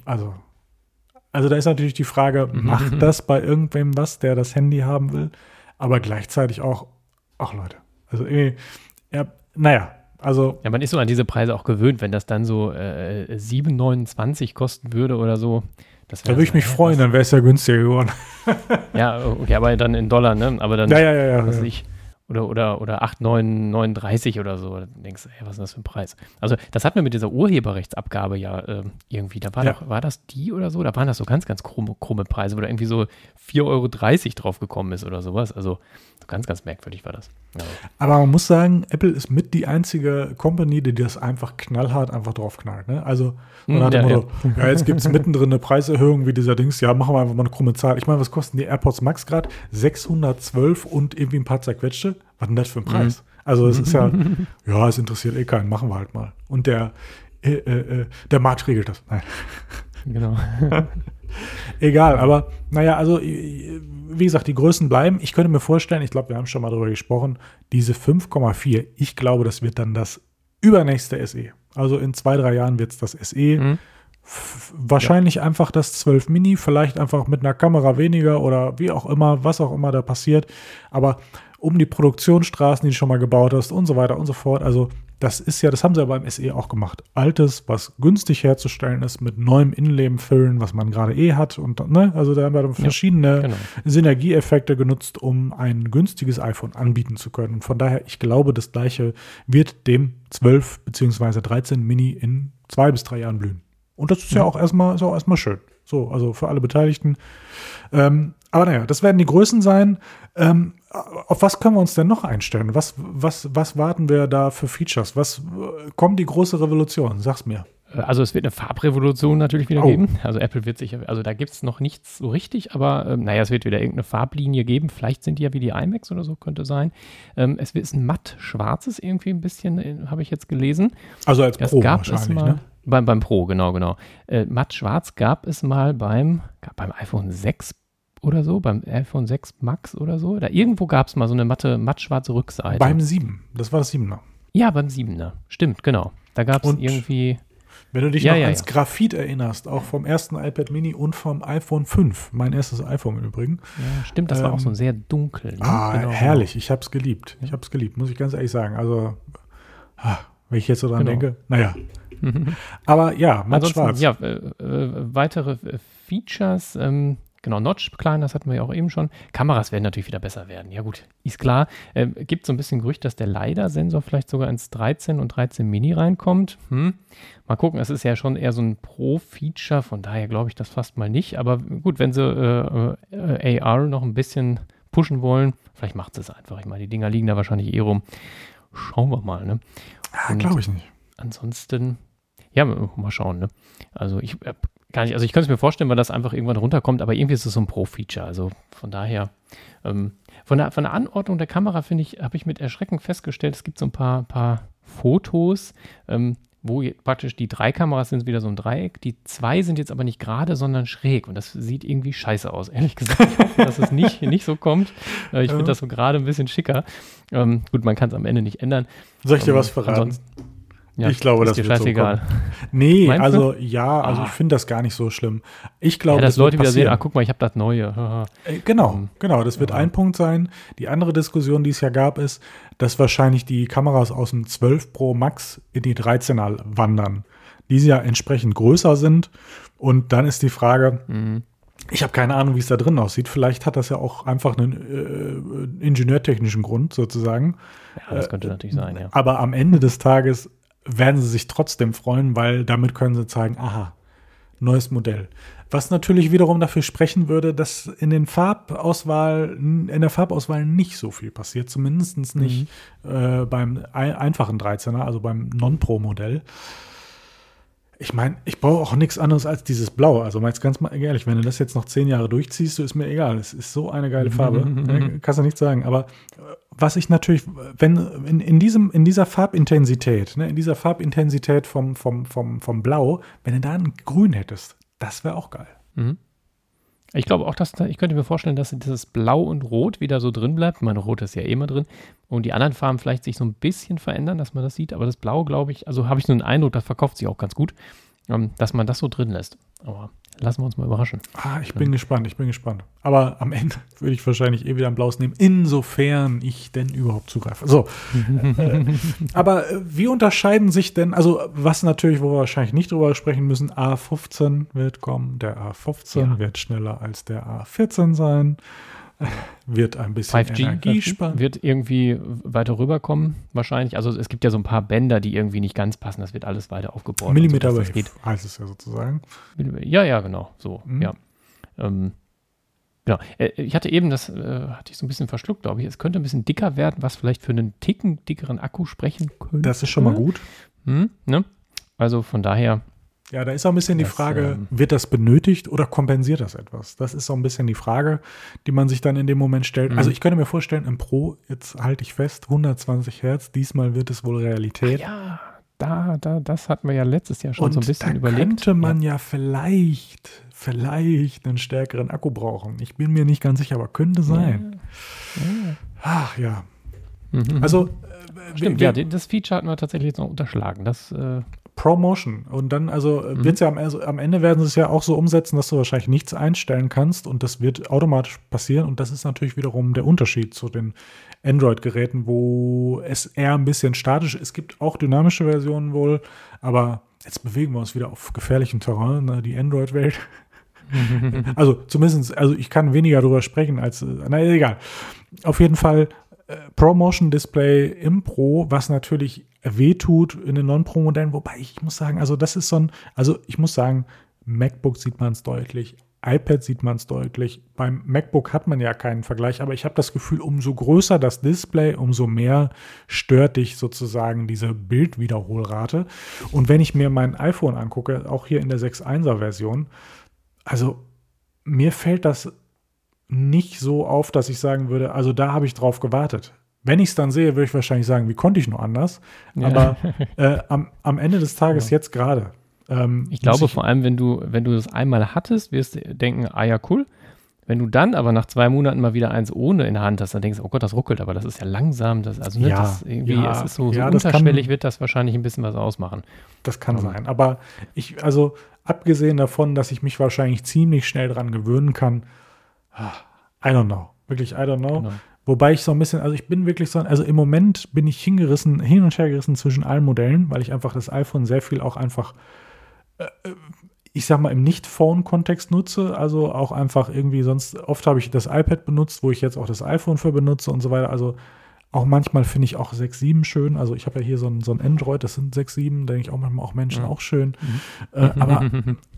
also da ist natürlich die Frage, macht das bei irgendwem was, der das Handy haben will? Aber gleichzeitig auch, ach Leute, also irgendwie, ja, also. Ja, man ist so an diese Preise auch gewöhnt, wenn das dann so 7,29 kosten würde oder so, Da würde ich mich freuen, dann wäre es ja günstiger geworden. Ja, okay, aber dann in Dollar, ne? Aber dann, Ja. was weiß ich, oder 8,39 oder so. Da denkst du, was ist das für ein Preis? Also, das hatten wir mit dieser Urheberrechtsabgabe ja irgendwie. Da war das die oder so? Da waren das so ganz, ganz krumme Preise, wo da irgendwie so 4,30 Euro drauf gekommen ist oder sowas. Also, ganz, ganz merkwürdig war das. Ja. Aber man muss sagen, Apple ist mit die einzige Company, die das einfach knallhart einfach drauf knallt. Ne? Also, man hat dem Motto, jetzt gibt es mittendrin eine Preiserhöhung wie dieser Dings, machen wir einfach mal eine krumme Zahl. Ich meine, was kosten die AirPods Max gerade? 612 und irgendwie ein paar zerquetschte. Was denn das für ein Preis? Also, es ist es interessiert eh keinen, machen wir halt mal. Und der Markt regelt das. Nein. Genau. Egal, aber also wie gesagt, die Größen bleiben. Ich könnte mir vorstellen, ich glaube, wir haben schon mal darüber gesprochen, diese 5,4, ich glaube, das wird dann das übernächste SE. Also in 2-3 Jahren wird es das SE. Wahrscheinlich einfach das 12 Mini, vielleicht einfach mit einer Kamera weniger oder wie auch immer, was auch immer da passiert. Aber um die Produktionsstraßen, die du schon mal gebaut hast und so weiter und so fort. Also das haben sie ja beim SE auch gemacht. Altes, was günstig herzustellen ist, mit neuem Innenleben füllen, was man gerade hat. Und also da haben wir verschiedene Synergieeffekte genutzt, um ein günstiges iPhone anbieten zu können. Und von daher, ich glaube, das Gleiche wird dem 12 bzw. 13 Mini in 2 bis 3 Jahren blühen. Und das ist ja auch erstmal schön. So, also für alle Beteiligten. Aber das werden die Größen sein. Auf was können wir uns denn noch einstellen? Was warten wir da für Features? Was kommt die große Revolution? Sag's mir. Also es wird eine Farbrevolution natürlich wieder geben. Also Apple wird sich, also da gibt es noch nichts so richtig, aber es wird wieder irgendeine Farblinie geben. Vielleicht sind die ja wie die iMacs oder so, könnte sein. Es ist ein matt-schwarzes irgendwie ein bisschen, habe ich jetzt gelesen. Also als Pro wahrscheinlich, ne? Beim Pro, genau. Matt-schwarz gab es mal beim iPhone 6 oder so, beim iPhone 6 Max oder so. Da irgendwo gab es mal so eine matt-schwarze Rückseite. Beim 7, das war das 7er. Ja, beim 7er, stimmt, genau. Da gab es irgendwie... Wenn du dich noch ans Graphit erinnerst, auch vom ersten iPad Mini und vom iPhone 5, mein erstes iPhone im Übrigen. Ja, stimmt, das war auch so sehr dunkel. Ne? Genau, herrlich, ich habe es geliebt. Muss ich ganz ehrlich sagen. Also, wenn ich jetzt so dran denke, Aber matt schwarz. Ja, weitere Features, Notch klein, das hatten wir ja auch eben schon. Kameras werden natürlich wieder besser werden. Ja gut, ist klar. Gibt so ein bisschen Gerücht, dass der LiDAR-Sensor vielleicht sogar ins 13 und 13 Mini reinkommt. Mal gucken, es ist ja schon eher so ein Pro-Feature, von daher glaube ich das fast mal nicht. Aber gut, wenn sie AR noch ein bisschen pushen wollen, vielleicht macht es einfach. Ich meine, die Dinger liegen da wahrscheinlich rum. Schauen wir mal, ne? Glaube ich nicht. Ansonsten, mal schauen, ne? Also ich kann es mir vorstellen, weil das einfach irgendwann runterkommt, aber irgendwie ist es so ein Pro-Feature. Also von daher, von der Anordnung der Kamera, habe ich mit Erschrecken festgestellt, es gibt so ein paar Fotos, wo praktisch die 3 Kameras sind wieder so ein Dreieck, die 2 sind jetzt aber nicht gerade, sondern schräg und das sieht irgendwie scheiße aus, ehrlich gesagt. Ich hoffe, dass es nicht so kommt. Ich finde das so gerade ein bisschen schicker. Gut, man kann es am Ende nicht ändern. Soll ich dir was verraten? Ja, ich glaube, das ist dir wird scheißegal. So kommen. Nee, Meinst du? ich finde das gar nicht so schlimm. Ich glaube, dass Leute wieder sehen, guck mal, ich habe das Neue. Genau, das wird ein Punkt sein. Die andere Diskussion, die es ja gab, ist, dass wahrscheinlich die Kameras aus dem 12 Pro Max in die 13er wandern, die ja entsprechend größer sind. Und dann ist die Frage, ich habe keine Ahnung, wie es da drin aussieht. Vielleicht hat das ja auch einfach einen ingenieurtechnischen Grund sozusagen. Ja, das könnte natürlich sein, ja. Aber am Ende des Tages werden sie sich trotzdem freuen, weil damit können sie zeigen, aha, neues Modell. Was natürlich wiederum dafür sprechen würde, dass in der Farbauswahl nicht so viel passiert, zumindest nicht beim einfachen 13er, also beim Non-Pro-Modell. Ich meine, ich brauche auch nichts anderes als dieses Blau. Also mal jetzt ganz mal ehrlich, wenn du das jetzt noch 10 Jahre durchziehst, so ist mir egal. Es ist so eine geile Farbe. Kannst du nicht sagen. Aber was ich natürlich, wenn in dieser Farbintensität, in dieser Farbintensität vom Blau, wenn du da ein Grün hättest, das wäre auch geil. Ich glaube auch, ich könnte mir vorstellen, dass dieses Blau und Rot wieder so drin bleibt. Meine Rot ist ja immer drin. Und die anderen Farben vielleicht sich so ein bisschen verändern, dass man das sieht. Aber das Blau, glaube ich, also habe ich so einen Eindruck, das verkauft sich auch ganz gut, dass man das so drin lässt. Aber Lassen wir uns mal überraschen. Ich bin gespannt. Aber am Ende würde ich wahrscheinlich wieder ein blaues nehmen, insofern ich denn überhaupt zugreife. So. Aber wie unterscheiden sich denn, also was natürlich, wo wir wahrscheinlich nicht drüber sprechen müssen, A15 wird kommen, der A15 wird schneller als der A14 sein, wird ein bisschen 5G Energie sparen. Wird irgendwie weiter rüberkommen, wahrscheinlich. Also es gibt ja so ein paar Bänder, die irgendwie nicht ganz passen. Das wird alles weiter aufgebaut. Millimeter so, Wave heißt es ja sozusagen. Ja, genau. So, ja. Genau. Ich hatte eben, das hatte ich so ein bisschen verschluckt, glaube ich. Es könnte ein bisschen dicker werden, was vielleicht für einen Ticken dickeren Akku sprechen könnte. Das ist schon mal gut. Ne? Also von daher. Ja, da ist auch ein bisschen die Frage, wird das benötigt oder kompensiert das etwas? Das ist so ein bisschen die Frage, die man sich dann in dem Moment stellt. Also ich könnte mir vorstellen, im Pro, jetzt halte ich fest, 120 Hertz, diesmal wird es wohl Realität. Ja, das hatten wir ja letztes Jahr schon so ein bisschen überlegt. Könnte man ja vielleicht einen stärkeren Akku brauchen. Ich bin mir nicht ganz sicher, aber könnte sein. Ja. Ach ja. Also stimmt, das Feature hatten wir tatsächlich jetzt noch unterschlagen. Das ProMotion. Und dann, wird's ja am Ende werden sie es ja auch so umsetzen, dass du wahrscheinlich nichts einstellen kannst und das wird automatisch passieren. Und das ist natürlich wiederum der Unterschied zu den Android-Geräten, wo es eher ein bisschen statisch ist. Es gibt auch dynamische Versionen wohl, aber jetzt bewegen wir uns wieder auf gefährlichem Terrain, ne, die Android-Welt. Also zumindest, ich kann weniger darüber sprechen als, egal. Auf jeden Fall ProMotion-Display im Pro, was natürlich wehtut in den Non-Pro-Modellen, wobei ich muss sagen, MacBook sieht man es deutlich, iPad sieht man es deutlich, beim MacBook hat man ja keinen Vergleich, aber ich habe das Gefühl, umso größer das Display, umso mehr stört dich sozusagen diese Bildwiederholrate. Und wenn ich mir mein iPhone angucke, auch hier in der 6.1er Version, also mir fällt das nicht so auf, dass ich sagen würde, also da habe ich drauf gewartet. Wenn ich es dann sehe, würde ich wahrscheinlich sagen, wie konnte ich nur anders? Ja. Aber am Ende des Tages jetzt gerade. Ich glaube vor allem, wenn du das einmal hattest, wirst du denken, ja cool. Wenn du dann aber nach 2 Monaten mal wieder eins ohne in der Hand hast, dann denkst du, oh Gott, das ruckelt, aber das ist ja langsam. Es ist so unterschwellig wird das wahrscheinlich ein bisschen was ausmachen. Das kann sein. Aber abgesehen davon, dass ich mich wahrscheinlich ziemlich schnell dran gewöhnen kann, I don't know. Wirklich, I don't know. Genau. Wobei ich so ein bisschen, ich bin wirklich so, im Moment bin ich hin und her gerissen zwischen allen Modellen, weil ich einfach das iPhone sehr viel auch einfach, ich sag mal, im Nicht-Phone-Kontext nutze. Also auch einfach irgendwie, sonst oft habe ich das iPad benutzt, wo ich jetzt auch das iPhone für benutze und so weiter. Also auch manchmal finde ich auch 6.7 schön. Also ich habe ja hier so ein Android, das sind 6.7, denke ich auch manchmal auch Menschen auch schön. Aber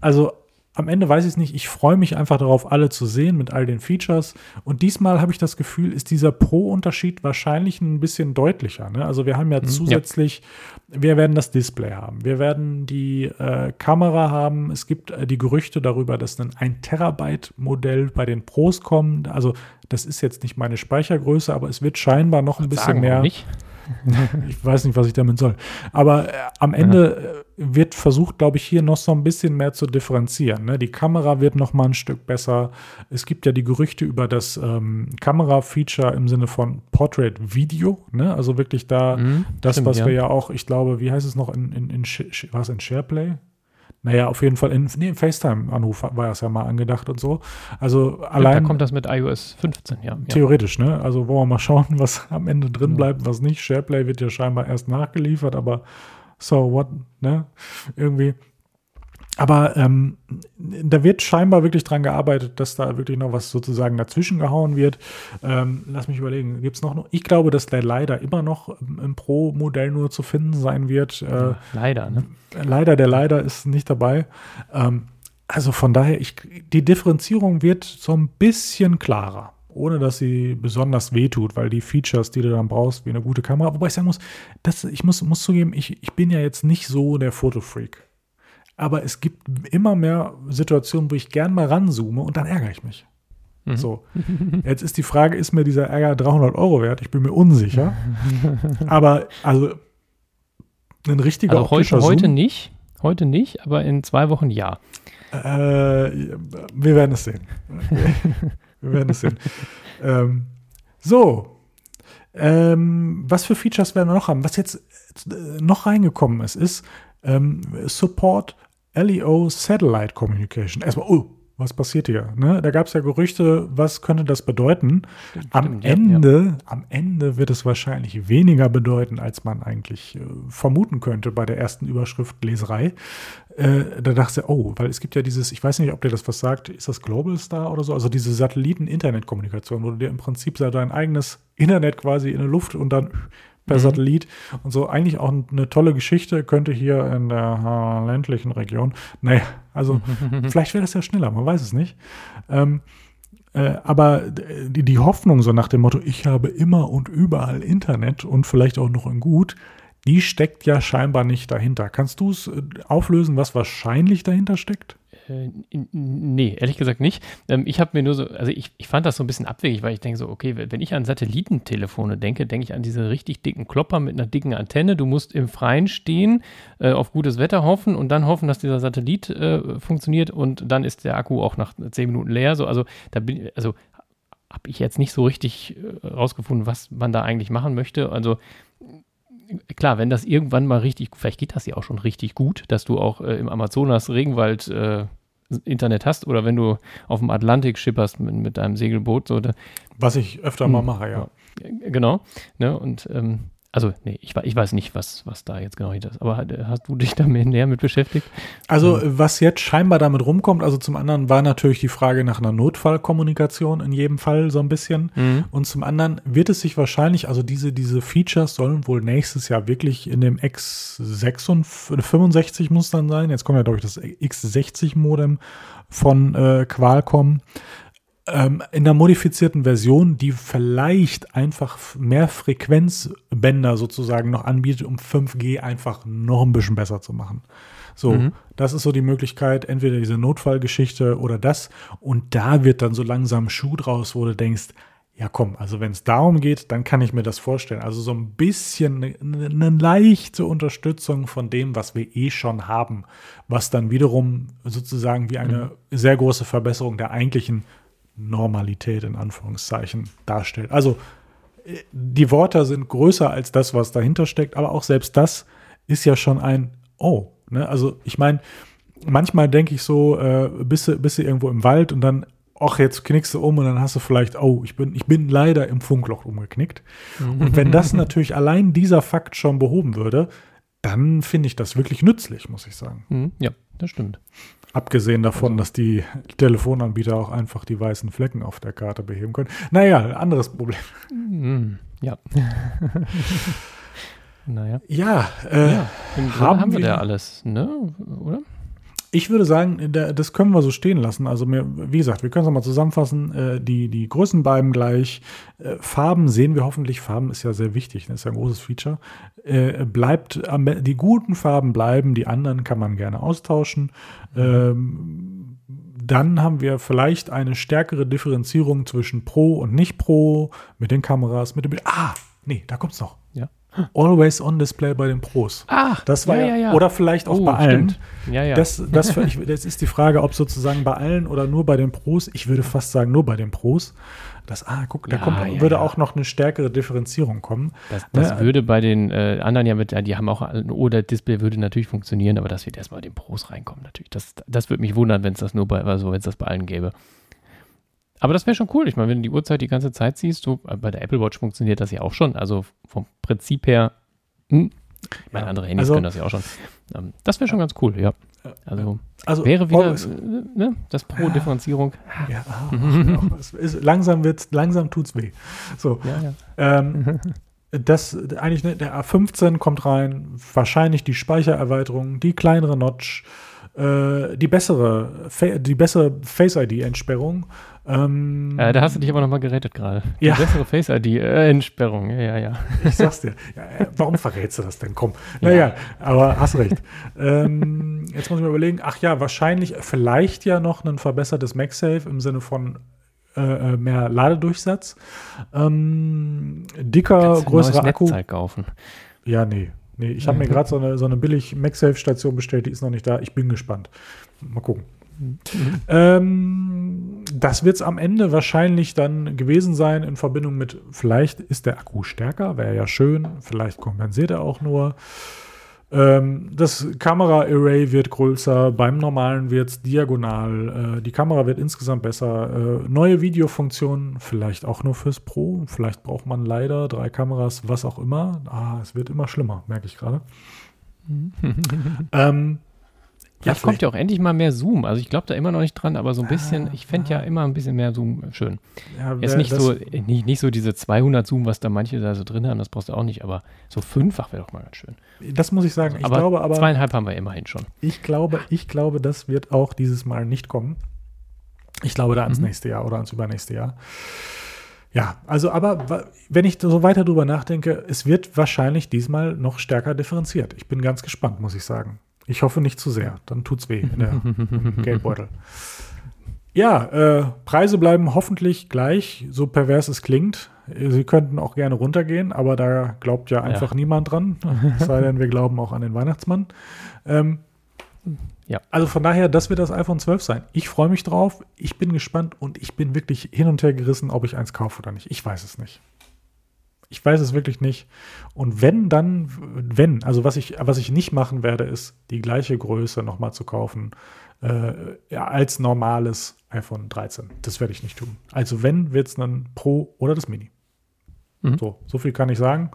am Ende weiß ich es nicht. Ich freue mich einfach darauf, alle zu sehen mit all den Features. Und diesmal habe ich das Gefühl, ist dieser Pro-Unterschied wahrscheinlich ein bisschen deutlicher. Ne? Also wir haben ja zusätzlich, wir werden das Display haben. Wir werden die Kamera haben. Es gibt die Gerüchte darüber, dass ein 1-Terabyte-Modell bei den Pros kommt. Also das ist jetzt nicht meine Speichergröße, aber es wird scheinbar noch ein bisschen mehr. Nicht. Ich weiß nicht, was ich damit soll. Aber am Ende wird versucht, glaube ich, hier noch so ein bisschen mehr zu differenzieren. Ne? Die Kamera wird noch mal ein Stück besser. Es gibt ja die Gerüchte über das Kamera-Feature im Sinne von Portrait-Video. Ne? Also wirklich da was wir ja auch, ich glaube, wie heißt es noch, war es in SharePlay? Naja, auf jeden Fall im FaceTime-Anruf war es ja mal angedacht und so. Also allein. Da kommt das mit iOS 15, ja. Theoretisch, ne? Also wollen wir mal schauen, was am Ende drin bleibt, was nicht. SharePlay wird ja scheinbar erst nachgeliefert, aber so what, ne? Irgendwie. Aber da wird scheinbar wirklich dran gearbeitet, dass da wirklich noch was sozusagen dazwischen gehauen wird. Lass mich überlegen, gibt es noch? Ich glaube, dass der leider immer noch im Pro-Modell nur zu finden sein wird. Leider, ne? Der Leider ist nicht dabei. Also von daher, die Differenzierung wird so ein bisschen klarer, ohne dass sie besonders wehtut, weil die Features, die du dann brauchst, wie eine gute Kamera, wobei ich sagen muss, ich muss zugeben, ich bin ja jetzt nicht so der Fotofreak. Aber es gibt immer mehr Situationen, wo ich gern mal ranzoome und dann ärgere ich mich. So, jetzt ist die Frage, ist mir dieser Ärger 300 € wert? Ich bin mir unsicher. Aber also ein richtiger optischer heute Zoom, nicht, aber in 2 Wochen ja. Wir werden es sehen. Wir werden es sehen. Was für Features werden wir noch haben? Was jetzt noch reingekommen ist Support LEO Satellite Communication. Erstmal, was passiert hier? Ne? Da gab es ja Gerüchte, was könnte das bedeuten? Am Ende wird es wahrscheinlich weniger bedeuten, als man eigentlich vermuten könnte bei der ersten Überschriftleserei. Da dachte ich, weil es gibt ja dieses, ich weiß nicht, ob dir das was sagt, ist das Globalstar oder so? Also diese Satelliten-Internet-Kommunikation, wo du dir im Prinzip dein eigenes Internet quasi in der Luft und dann per Satellit und so. Eigentlich auch eine tolle Geschichte, könnte hier in der ländlichen Region, naja, also vielleicht wäre das ja schneller, man weiß es nicht. Aber die Hoffnung so nach dem Motto, ich habe immer und überall Internet und vielleicht auch noch in gut, die steckt ja scheinbar nicht dahinter. Kannst du es auflösen, was wahrscheinlich dahinter steckt? Nee, ehrlich gesagt nicht. Ich habe mir nur so, also ich fand das so ein bisschen abwegig, weil ich denke so, okay, wenn ich an Satellitentelefone denke ich an diese richtig dicken Klopper mit einer dicken Antenne. Du musst im Freien stehen, auf gutes Wetter hoffen und dann hoffen, dass dieser Satellit funktioniert und dann ist der Akku auch nach 10 Minuten leer. Also habe ich jetzt nicht so richtig rausgefunden, was man da eigentlich machen möchte. Also klar, wenn das irgendwann mal richtig, vielleicht geht das ja auch schon richtig gut, dass du auch im Amazonas-Regenwald Internet hast oder wenn du auf dem Atlantik schipperst mit deinem Segelboot. So, was ich öfter mal mache, ja. Genau. Ne, und also, nee, ich weiß nicht, was da jetzt genau hinter ist. Aber hast du dich da näher mit beschäftigt? Also, was jetzt scheinbar damit rumkommt, also zum anderen war natürlich die Frage nach einer Notfallkommunikation in jedem Fall so ein bisschen. Und zum anderen wird es sich wahrscheinlich, also diese Features sollen wohl nächstes Jahr wirklich in dem X65 muss dann sein. Jetzt kommt ja, glaube ich, das X60-Modem von Qualcomm. In der modifizierten Version, die vielleicht einfach mehr Frequenzbänder sozusagen noch anbietet, um 5G einfach noch ein bisschen besser zu machen. So, das ist so die Möglichkeit, entweder diese Notfallgeschichte oder das. Und da wird dann so langsam Schuh draus, wo du denkst, ja komm, also wenn es darum geht, dann kann ich mir das vorstellen. Also so ein bisschen eine leichte Unterstützung von dem, was wir schon haben, was dann wiederum sozusagen wie eine sehr große Verbesserung der eigentlichen Normalität in Anführungszeichen darstellt. Also die Worte sind größer als das, was dahinter steckt, aber auch selbst das ist ja schon ein ne? Also ich meine, manchmal denke ich so, bist du irgendwo im Wald und dann, jetzt knickst du um und dann hast du vielleicht, ich bin leider im Funkloch umgeknickt. Und wenn das natürlich allein dieser Fakt schon behoben würde, dann finde ich das wirklich nützlich, muss ich sagen. Ja, das stimmt. Abgesehen davon, dass die Telefonanbieter auch einfach die weißen Flecken auf der Karte beheben können. Naja, anderes Problem. Ja. Naja. Ja, haben wir da alles, ne? Oder? Ich würde sagen, das können wir so stehen lassen. Also wie gesagt, wir können es nochmal zusammenfassen. Die Größen bleiben gleich. Farben sehen wir hoffentlich. Farben ist ja sehr wichtig. Das ist ja ein großes Feature. Die guten Farben bleiben, die anderen kann man gerne austauschen. Dann haben wir vielleicht eine stärkere Differenzierung zwischen Pro und nicht Pro mit den Kameras, da kommt's noch. Ja. Always on Display bei den Pros. Das war ja. Oder vielleicht auch bei allen. Ja. Das ist die Frage, ob sozusagen bei allen oder nur bei den Pros. Ich würde fast sagen, nur bei den Pros. Würde auch noch eine stärkere Differenzierung kommen. Das würde bei den anderen die haben auch ein OLED-Display, würde natürlich funktionieren, aber das wird erstmal bei den Pros reinkommen natürlich. Das würde mich wundern, wenn es das wenn es das bei allen gäbe. Aber das wäre schon cool. Ich meine, wenn du die Uhrzeit die ganze Zeit siehst, bei der Apple Watch funktioniert das ja auch schon. Also vom Prinzip her, andere Handys können das ja auch schon. Das wäre schon ganz cool, ja. Also wäre wieder das Pro-Differenzierung. Ja, langsam tut's weh. So. Ja. Der A15 kommt rein, wahrscheinlich die Speichererweiterung, die kleinere Notch, die bessere Face-ID-Entsperrung. Da hast du dich aber nochmal gerettet gerade. Die bessere Face-ID-Entsperrung, ja. Ich sag's dir. Warum verrätst du das denn? Komm. Naja, aber hast recht. Jetzt muss ich mir überlegen, wahrscheinlich, vielleicht ja noch ein verbessertes MagSafe im Sinne von mehr Ladedurchsatz. Dicker, größerer Akku. Netzteil kaufen. Ja, nee, ich habe mir gerade so eine billig MagSafe-Station bestellt, die ist noch nicht da. Ich bin gespannt. Mal gucken. Das wird es am Ende wahrscheinlich dann gewesen sein in Verbindung mit, vielleicht ist der Akku stärker, wäre ja schön, vielleicht kompensiert er auch nur. Das Kamera-Array wird größer, beim normalen wird es diagonal, die Kamera wird insgesamt besser, neue Videofunktionen, vielleicht auch nur fürs Pro, vielleicht braucht man leider 3 Kameras, was auch immer. Es wird immer schlimmer, merke ich gerade. Vielleicht kommt ja auch endlich mal mehr Zoom. Also ich glaube da immer noch nicht dran, aber so ein bisschen, ich fände ja immer ein bisschen mehr Zoom schön. Ja, Jetzt nicht so diese 200 Zoom, was da manche da so drin haben, das brauchst du auch nicht, aber so 5-fach wäre doch mal ganz schön. Das muss ich sagen. Also, aber 2,5 haben wir immerhin schon. Ich glaube, das wird auch dieses Mal nicht kommen. Ich glaube da ans nächste Jahr oder ans übernächste Jahr. Ja, also aber wenn ich so weiter drüber nachdenke, es wird wahrscheinlich diesmal noch stärker differenziert. Ich bin ganz gespannt, muss ich sagen. Ich hoffe nicht zu sehr, dann tut's weh im Geldbeutel. Ja, Preise bleiben hoffentlich gleich, so pervers es klingt. Sie könnten auch gerne runtergehen, aber da glaubt ja einfach niemand dran. Es sei denn, wir glauben auch an den Weihnachtsmann. Also von daher, das wird das iPhone 12 sein. Ich freue mich drauf, ich bin gespannt und ich bin wirklich hin und her gerissen, ob ich eins kaufe oder nicht. Ich weiß es nicht. Ich weiß es wirklich nicht. Und also was ich nicht machen werde, ist, die gleiche Größe nochmal zu kaufen, als normales iPhone 13. Das werde ich nicht tun. Also wenn, wird es ein Pro oder das Mini. So viel kann ich sagen.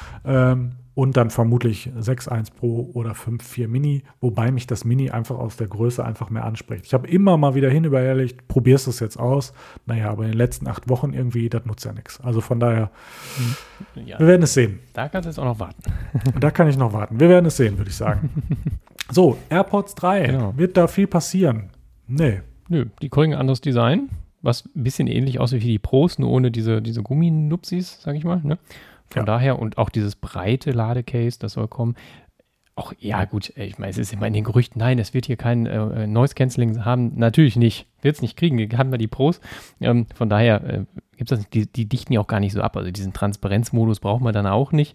Und dann vermutlich 6.1 Pro oder 5.4 Mini, wobei mich das Mini einfach aus der Größe einfach mehr anspricht. Ich habe immer mal wieder überlegt, probierst du es jetzt aus? Naja, aber in den letzten 8 Wochen irgendwie, das nutzt ja nichts. Also von daher, wir werden es sehen. Da kannst du jetzt auch noch warten. Da kann ich noch warten. Wir werden es sehen, würde ich sagen. So, AirPods 3. Genau. Wird da viel passieren? Nee. Nö, die kriegen ein anderes Design, was ein bisschen ähnlich aussieht wie die Pros, nur ohne diese Gumminupsis, sag ich mal, ne? Von daher, und auch dieses breite Ladecase, das soll kommen. Auch, ja gut, ich meine, es ist immer in den Gerüchten, nein, es wird hier kein Noise Cancelling haben. Natürlich nicht, wird es nicht kriegen, haben wir die Pros. Von daher gibt es das nicht, die dichten ja auch gar nicht so ab. Also diesen Transparenzmodus braucht man dann auch nicht.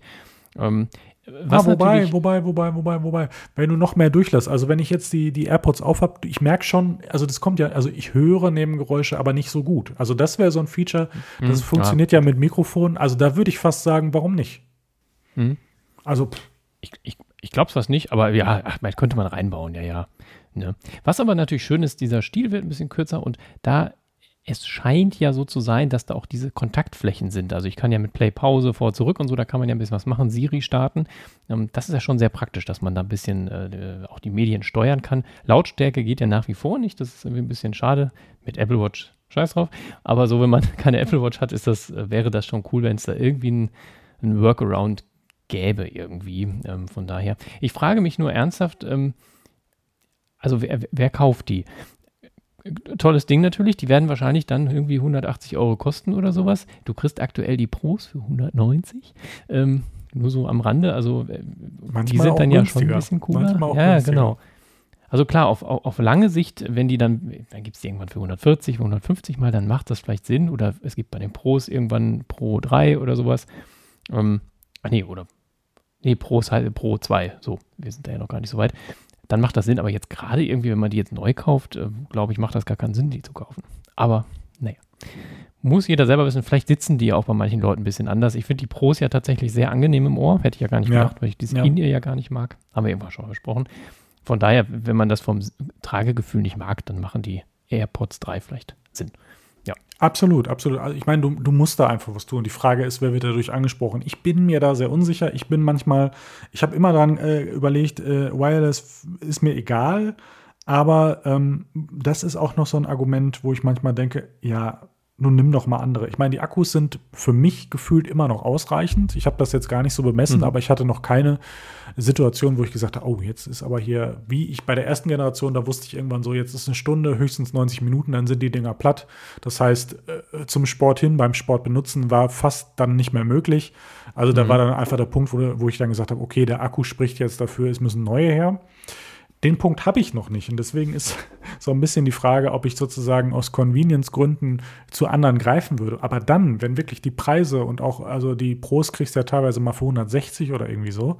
Wobei, wenn du noch mehr durchlässt, also wenn ich jetzt die AirPods aufhab, ich merke schon, also das kommt ja, also ich höre Nebengeräusche, aber nicht so gut. Also das wäre so ein Feature, das funktioniert ja mit Mikrofon, also da würde ich fast sagen, warum nicht? Also ich glaube es fast nicht, aber ja, könnte man reinbauen, ja. Ne? Was aber natürlich schön ist, dieser Stiel wird ein bisschen kürzer und es scheint ja so zu sein, dass da auch diese Kontaktflächen sind. Also ich kann ja mit Play, Pause, vor, zurück und so, da kann man ja ein bisschen was machen, Siri starten. Das ist ja schon sehr praktisch, dass man da ein bisschen auch die Medien steuern kann. Lautstärke geht ja nach wie vor nicht, das ist irgendwie ein bisschen schade. Mit Apple Watch, scheiß drauf. Aber so, wenn man keine Apple Watch hat, wäre das schon cool, wenn es da irgendwie ein Workaround gäbe irgendwie. Von daher, ich frage mich nur ernsthaft, also wer kauft die? Tolles Ding natürlich, die werden wahrscheinlich dann irgendwie 180 € kosten oder sowas. Du kriegst aktuell die Pros für 190, nur so am Rande, also die sind dann ja schon ein bisschen cooler. Ja, günstiger. Genau. Also klar, auf lange Sicht, wenn die dann gibt es die irgendwann für 140, für 150 mal, dann macht das vielleicht Sinn, oder es gibt bei den Pros irgendwann Pro 3 oder sowas. Pros halt Pro 2, so, wir sind da ja noch gar nicht so weit. Dann macht das Sinn, aber jetzt gerade irgendwie, wenn man die jetzt neu kauft, glaube ich, macht das gar keinen Sinn, die zu kaufen. Aber, naja, muss jeder selber wissen, vielleicht sitzen die ja auch bei manchen Leuten ein bisschen anders. Ich finde die Pros ja tatsächlich sehr angenehm im Ohr, hätte ich ja gar nicht gedacht, weil ich dieses In-Ear ja gar nicht mag. Haben wir irgendwann schon besprochen. Von daher, wenn man das vom Tragegefühl nicht mag, dann machen die AirPods 3 vielleicht Sinn. Ja. Absolut. Also ich meine, du musst da einfach was tun. Die Frage ist, wer wird dadurch angesprochen? Ich bin mir da sehr unsicher. Ich habe immer dran überlegt, Wireless ist mir egal, aber das ist auch noch so ein Argument, wo ich manchmal denke, ja, nun nimm doch mal andere. Ich meine, die Akkus sind für mich gefühlt immer noch ausreichend. Ich habe das jetzt gar nicht so bemessen, aber ich hatte noch keine Situation, wo ich gesagt habe, oh, jetzt ist aber hier, wie ich bei der ersten Generation, da wusste ich irgendwann so, jetzt ist eine Stunde, höchstens 90 Minuten, dann sind die Dinger platt. Das heißt, zum Sport hin, beim Sport benutzen, war fast dann nicht mehr möglich. Also da war dann einfach der Punkt, wo ich dann gesagt habe, okay, der Akku spricht jetzt dafür, es müssen neue her. Den Punkt habe ich noch nicht und deswegen ist so ein bisschen die Frage, ob ich sozusagen aus Convenience-Gründen zu anderen greifen würde. Aber dann, wenn wirklich die Preise und auch, also die Pros kriegst du ja teilweise mal für 160 oder irgendwie so,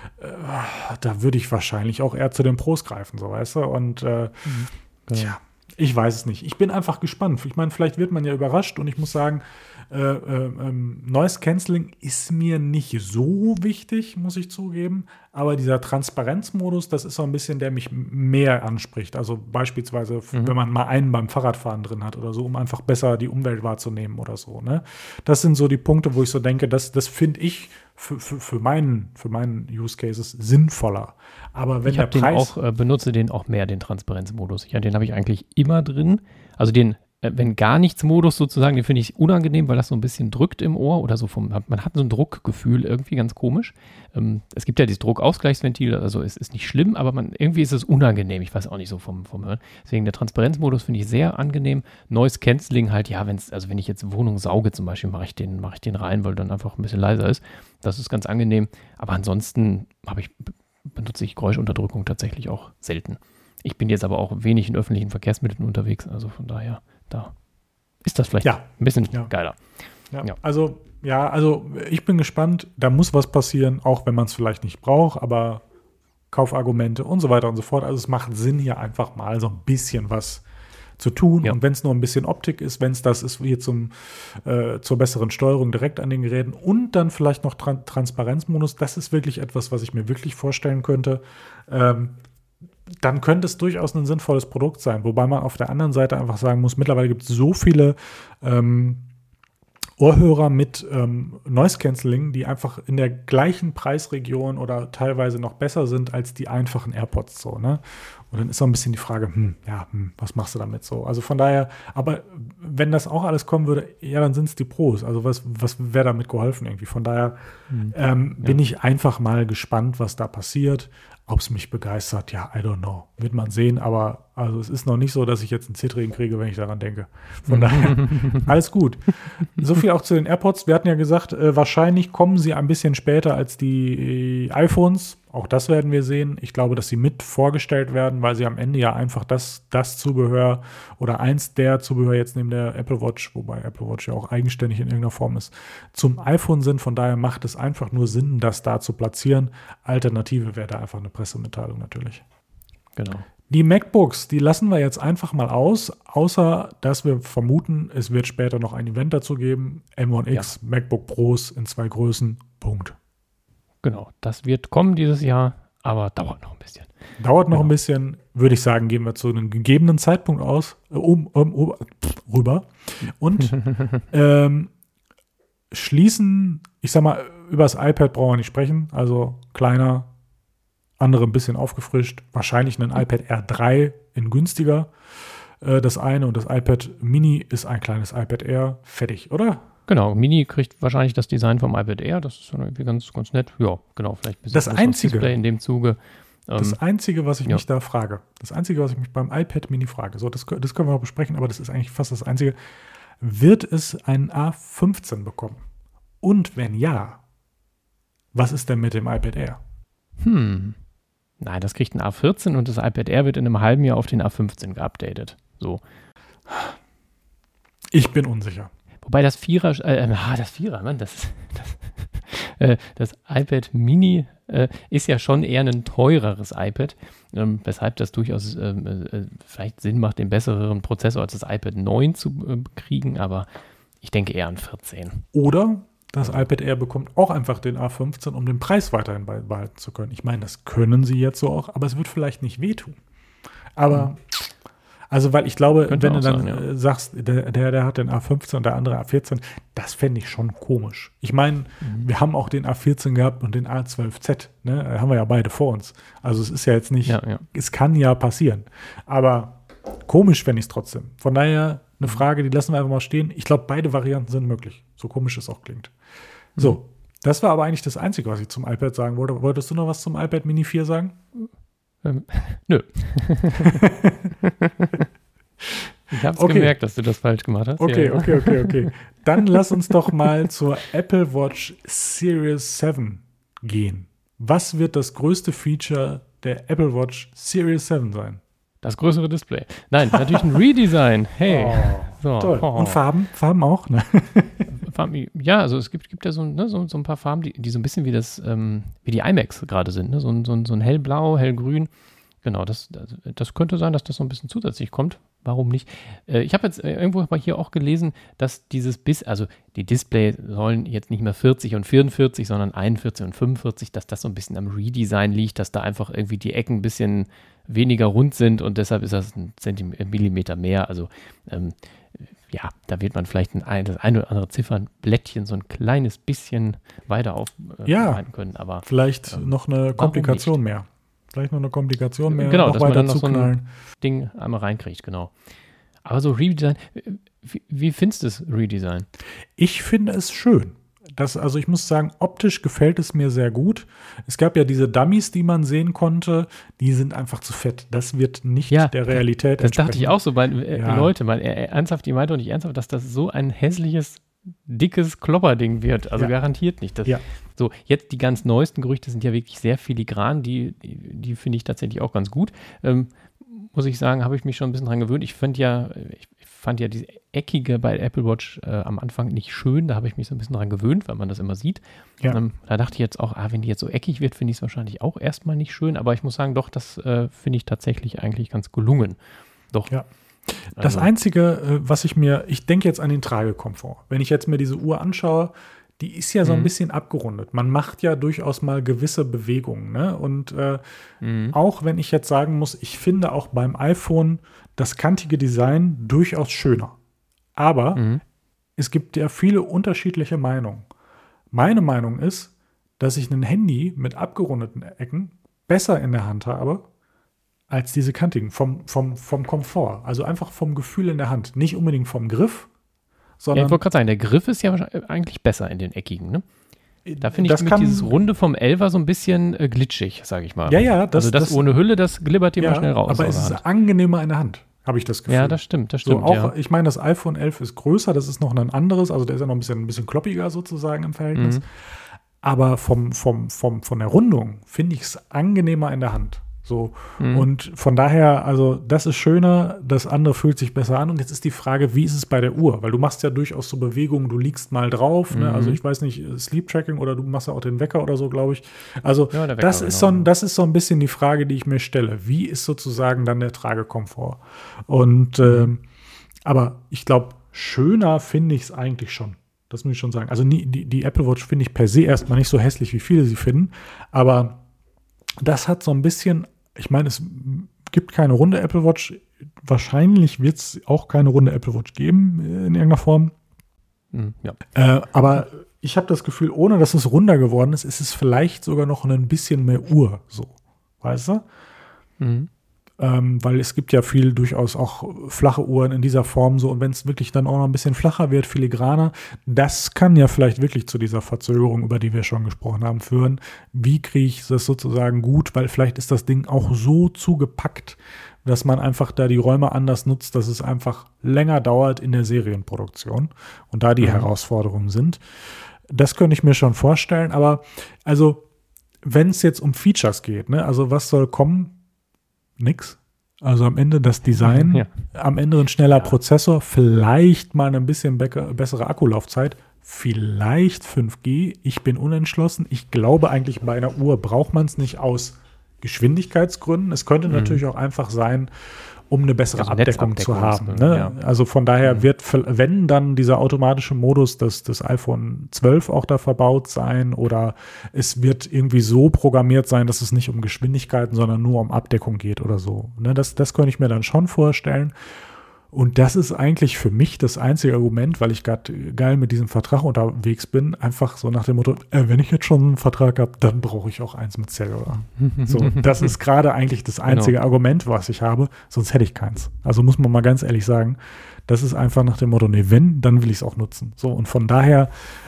da würde ich wahrscheinlich auch eher zu den Pros greifen, so weißt du. Und Ich weiß es nicht. Ich bin einfach gespannt. Ich meine, vielleicht wird man ja überrascht und ich muss sagen, Noise Cancelling ist mir nicht so wichtig, muss ich zugeben. Aber dieser Transparenzmodus, das ist so ein bisschen, der mich mehr anspricht. Also beispielsweise, wenn man mal einen beim Fahrradfahren drin hat oder so, um einfach besser die Umwelt wahrzunehmen oder so. Ne? Das sind so die Punkte, wo ich so denke, das finde ich für meinen Use Cases sinnvoller. Aber wenn ich der Preis benutze den auch mehr, den Transparenzmodus. Den habe ich eigentlich immer drin. Also den wenn gar nichts Modus sozusagen, den finde ich unangenehm, weil das so ein bisschen drückt im Ohr oder so man hat so ein Druckgefühl, irgendwie ganz komisch. Es gibt ja dieses Druckausgleichsventil, also es ist nicht schlimm, aber irgendwie ist es unangenehm. Ich weiß auch nicht so vom Hören. Deswegen der Transparenzmodus finde ich sehr angenehm. Noise Cancelling halt, ja, wenn ich jetzt Wohnung sauge zum Beispiel, mache ich den rein, weil dann einfach ein bisschen leiser ist. Das ist ganz angenehm. Aber ansonsten benutze ich Geräuschunterdrückung tatsächlich auch selten. Ich bin jetzt aber auch wenig in öffentlichen Verkehrsmitteln unterwegs, also von daher, da ist das vielleicht ein bisschen geiler. Ja. Also ich bin gespannt, da muss was passieren, auch wenn man es vielleicht nicht braucht, aber Kaufargumente und so weiter und so fort. Also es macht Sinn, hier einfach mal so ein bisschen was zu tun. Ja. Und wenn es nur ein bisschen Optik ist, wenn es das ist, wie zur besseren Steuerung direkt an den Geräten und dann vielleicht noch Transparenzmodus, das ist wirklich etwas, was ich mir wirklich vorstellen könnte. Dann könnte es durchaus ein sinnvolles Produkt sein. Wobei man auf der anderen Seite einfach sagen muss, mittlerweile gibt es so viele Ohrhörer mit Noise Cancelling, die einfach in der gleichen Preisregion oder teilweise noch besser sind als die einfachen AirPods. So, ne? Und dann ist so ein bisschen die Frage, was machst du damit so? Also von daher, aber wenn das auch alles kommen würde, ja, dann sind es die Pros. Also was wäre damit geholfen irgendwie? Von daher bin ich einfach mal gespannt, was da passiert. Ob es mich begeistert, ja, I don't know. Wird man sehen, aber also es ist noch nicht so, dass ich jetzt einen Zittrigen kriege, wenn ich daran denke. Von daher, alles gut. So viel auch zu den AirPods. Wir hatten ja gesagt, wahrscheinlich kommen sie ein bisschen später als die iPhones. Auch das werden wir sehen. Ich glaube, dass sie mit vorgestellt werden, weil sie am Ende ja einfach das Zubehör oder eins der Zubehör jetzt neben der Apple Watch, wobei Apple Watch ja auch eigenständig in irgendeiner Form ist, zum iPhone sind. Von daher macht es einfach nur Sinn, das da zu platzieren. Alternative wäre da einfach eine Pressemitteilung natürlich. Genau. Die MacBooks, die lassen wir jetzt einfach mal aus, außer dass wir vermuten, es wird später noch ein Event dazu geben. M1X, MacBook Pros in 2 Größen, Punkt. Genau, das wird kommen dieses Jahr, aber dauert noch ein bisschen. Dauert noch ein bisschen, würde ich sagen, gehen wir zu einem gegebenen Zeitpunkt rüber und schließen, ich sag mal, über das iPad brauchen wir nicht sprechen, also kleiner, andere ein bisschen aufgefrischt, wahrscheinlich ein iPad R3 in günstiger, das eine, und das iPad Mini ist ein kleines iPad Air, fertig, oder? Genau, Mini kriegt wahrscheinlich das Design vom iPad Air, das ist irgendwie ganz nett. Ja, genau, vielleicht ein bisschen Display in dem Zuge. Das Einzige, was ich mich da frage, das Einzige, was ich mich beim iPad Mini frage, so, das können wir noch besprechen, aber das ist eigentlich fast das Einzige, wird es einen A15 bekommen? Und wenn ja, was ist denn mit dem iPad Air? Nein, das kriegt ein A14 und das iPad Air wird in einem halben Jahr auf den A15 geupdatet. So. Ich bin unsicher. Wobei das Vierer, das iPad Mini ist ja schon eher ein teureres iPad, weshalb das durchaus vielleicht Sinn macht, den besseren Prozessor als das iPad 9 zu kriegen, aber ich denke eher an 14. Oder das iPad Air bekommt auch einfach den A15, um den Preis weiterhin behalten zu können. Ich meine, das können sie jetzt so auch, aber es wird vielleicht nicht wehtun. Aber also, weil ich glaube, wenn du dann sagst, der hat den A15 und der andere A14, das fände ich schon komisch. Ich meine, wir haben auch den A14 gehabt und den A12Z, ne? Haben wir ja beide vor uns. Also es ist ja jetzt nicht, es kann ja passieren. Aber komisch fände ich es trotzdem. Von daher eine Frage, die lassen wir einfach mal stehen. Ich glaube, beide Varianten sind möglich, so komisch es auch klingt. So, das war aber eigentlich das Einzige, was ich zum iPad sagen wollte. Wolltest du noch was zum iPad Mini 4 sagen? Nö. Ich habe es gemerkt, dass du das falsch gemacht hast. Okay. Dann lass uns doch mal zur Apple Watch Series 7 gehen. Was wird das größte Feature der Apple Watch Series 7 sein? Das größere Display. Nein, natürlich ein Redesign. Hey. Toll. Und Farben? Farben auch? Ne? Ja, also es gibt ja so ein paar Farben, die so ein bisschen wie die iMacs gerade sind. Ne? So ein hellblau, hellgrün. Genau, das könnte sein, dass das so ein bisschen zusätzlich kommt. warum nicht? Ich habe jetzt irgendwo mal hier auch gelesen, dass also die Display sollen jetzt nicht mehr 40 und 44, sondern 41 und 45, dass das so ein bisschen am Redesign liegt, dass da einfach irgendwie die Ecken ein bisschen weniger rund sind und deshalb ist das ein Millimeter mehr. Also da wird man vielleicht das eine oder andere Ziffernblättchen so ein kleines bisschen weiter aufbereiten können. Aber vielleicht noch eine Komplikation mehr. Vielleicht noch eine Komplikation mehr. Genau, dass man dann noch so ein Ding einmal reinkriegt, genau. Aber so Redesign, wie findest du das Redesign? Ich finde es schön. Also ich muss sagen, optisch gefällt es mir sehr gut. Es gab ja diese Dummies, die man sehen konnte, die sind einfach zu fett. Das wird nicht der Realität entsprechen. Das dachte ich auch so, weil Leute, ernsthaft, die meinte und nicht ernsthaft, dass das so ein hässliches, dickes Klopperding wird. Also garantiert nicht. So, jetzt die ganz neuesten Gerüchte sind ja wirklich sehr filigran, die finde ich tatsächlich auch ganz gut. Muss ich sagen, habe ich mich schon ein bisschen dran gewöhnt. Ich fand ja diese eckige bei Apple Watch am Anfang nicht schön. Da habe ich mich so ein bisschen dran gewöhnt, weil man das immer sieht. Ja. Da dachte ich jetzt auch, wenn die jetzt so eckig wird, finde ich es wahrscheinlich auch erstmal nicht schön. Aber ich muss sagen, doch, das finde ich tatsächlich eigentlich ganz gelungen. Doch. Ja. Das Einzige, was ich denke jetzt an den Tragekomfort. Wenn ich jetzt mir diese Uhr anschaue, die ist ja so ein bisschen abgerundet. Man macht ja durchaus mal gewisse Bewegungen. Ne? Und auch wenn ich jetzt sagen muss, ich finde auch beim iPhone das kantige Design durchaus schöner. Aber es gibt ja viele unterschiedliche Meinungen. Meine Meinung ist, dass ich ein Handy mit abgerundeten Ecken besser in der Hand habe, als diese kantigen, vom Komfort. Also einfach vom Gefühl in der Hand. Nicht unbedingt vom Griff, sondern... ich wollte gerade sagen, der Griff ist ja eigentlich besser in den eckigen, ne? Da finde ich dieses Runde vom 11er so ein bisschen glitschig, sage ich mal. Ja. Das ohne Hülle, das glibbert dir mal schnell raus. Aber es ist angenehmer in der Hand, habe ich das Gefühl. Ja, das stimmt. So auch, ich meine, das iPhone 11 ist größer, das ist noch ein anderes, also der ist ja noch ein bisschen kloppiger sozusagen im Verhältnis. Aber von der Rundung finde ich es angenehmer in der Hand. So. Und von daher, also das ist schöner, das andere fühlt sich besser an. Und jetzt ist die Frage, wie ist es bei der Uhr? Weil du machst ja durchaus so Bewegungen, du liegst mal drauf, ne? Also ich weiß nicht, Sleep Tracking oder du machst ja auch den Wecker oder so, glaube ich. Also Wecker, das ist so ein bisschen die Frage, die ich mir stelle. Wie ist sozusagen dann der Tragekomfort? Und aber ich glaube, schöner finde ich es eigentlich schon. Das muss ich schon sagen. Also die Apple Watch finde ich per se erstmal nicht so hässlich, wie viele sie finden. Aber das hat so ein bisschen, ich meine, es gibt keine runde Apple Watch. Wahrscheinlich wird es auch keine runde Apple Watch geben in irgendeiner Form. Aber ich habe das Gefühl, ohne dass es runder geworden ist, ist es vielleicht sogar noch ein bisschen mehr Uhr so. Weißt du? Weil es gibt ja viel durchaus auch flache Uhren in dieser Form so und wenn es wirklich dann auch noch ein bisschen flacher wird, filigraner, das kann ja vielleicht wirklich zu dieser Verzögerung, über die wir schon gesprochen haben, führen. Wie kriege ich das sozusagen gut, weil vielleicht ist das Ding auch so zugepackt, dass man einfach da die Räume anders nutzt, dass es einfach länger dauert in der Serienproduktion und da die Herausforderungen sind. Das könnte ich mir schon vorstellen, aber also wenn es jetzt um Features geht, ne, also was soll kommen? Nix. Also am Ende das Design, am Ende ein schneller Prozessor, vielleicht mal ein bisschen bessere Akkulaufzeit, vielleicht 5G. Ich bin unentschlossen. Ich glaube eigentlich, bei einer Uhr braucht man es nicht aus Geschwindigkeitsgründen. Es könnte natürlich auch einfach sein, um eine bessere Abdeckung zu haben. Ne? Ja. Also von daher wird, wenn dann dieser automatische Modus des iPhone 12 auch da verbaut sein oder es wird irgendwie so programmiert sein, dass es nicht um Geschwindigkeiten, sondern nur um Abdeckung geht oder so. Ne? Das könnte ich mir dann schon vorstellen. Und das ist eigentlich für mich das einzige Argument, weil ich gerade geil mit diesem Vertrag unterwegs bin, einfach so nach dem Motto, wenn ich jetzt schon einen Vertrag habe, dann brauche ich auch eins mit Cellular. So, das ist gerade eigentlich das einzige Argument, was ich habe, sonst hätte ich keins. Also muss man mal ganz ehrlich sagen, das ist einfach nach dem Motto, nee, wenn, dann will ich es auch nutzen. So, und von daher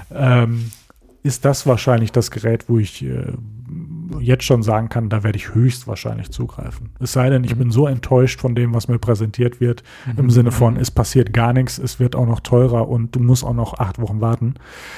ist das wahrscheinlich das Gerät, wo ich jetzt schon sagen kann, da werde ich höchstwahrscheinlich zugreifen. Es sei denn, ich bin so enttäuscht von dem, was mir präsentiert wird, im Sinne von, es passiert gar nichts, es wird auch noch teurer und du musst auch noch 8 Wochen warten.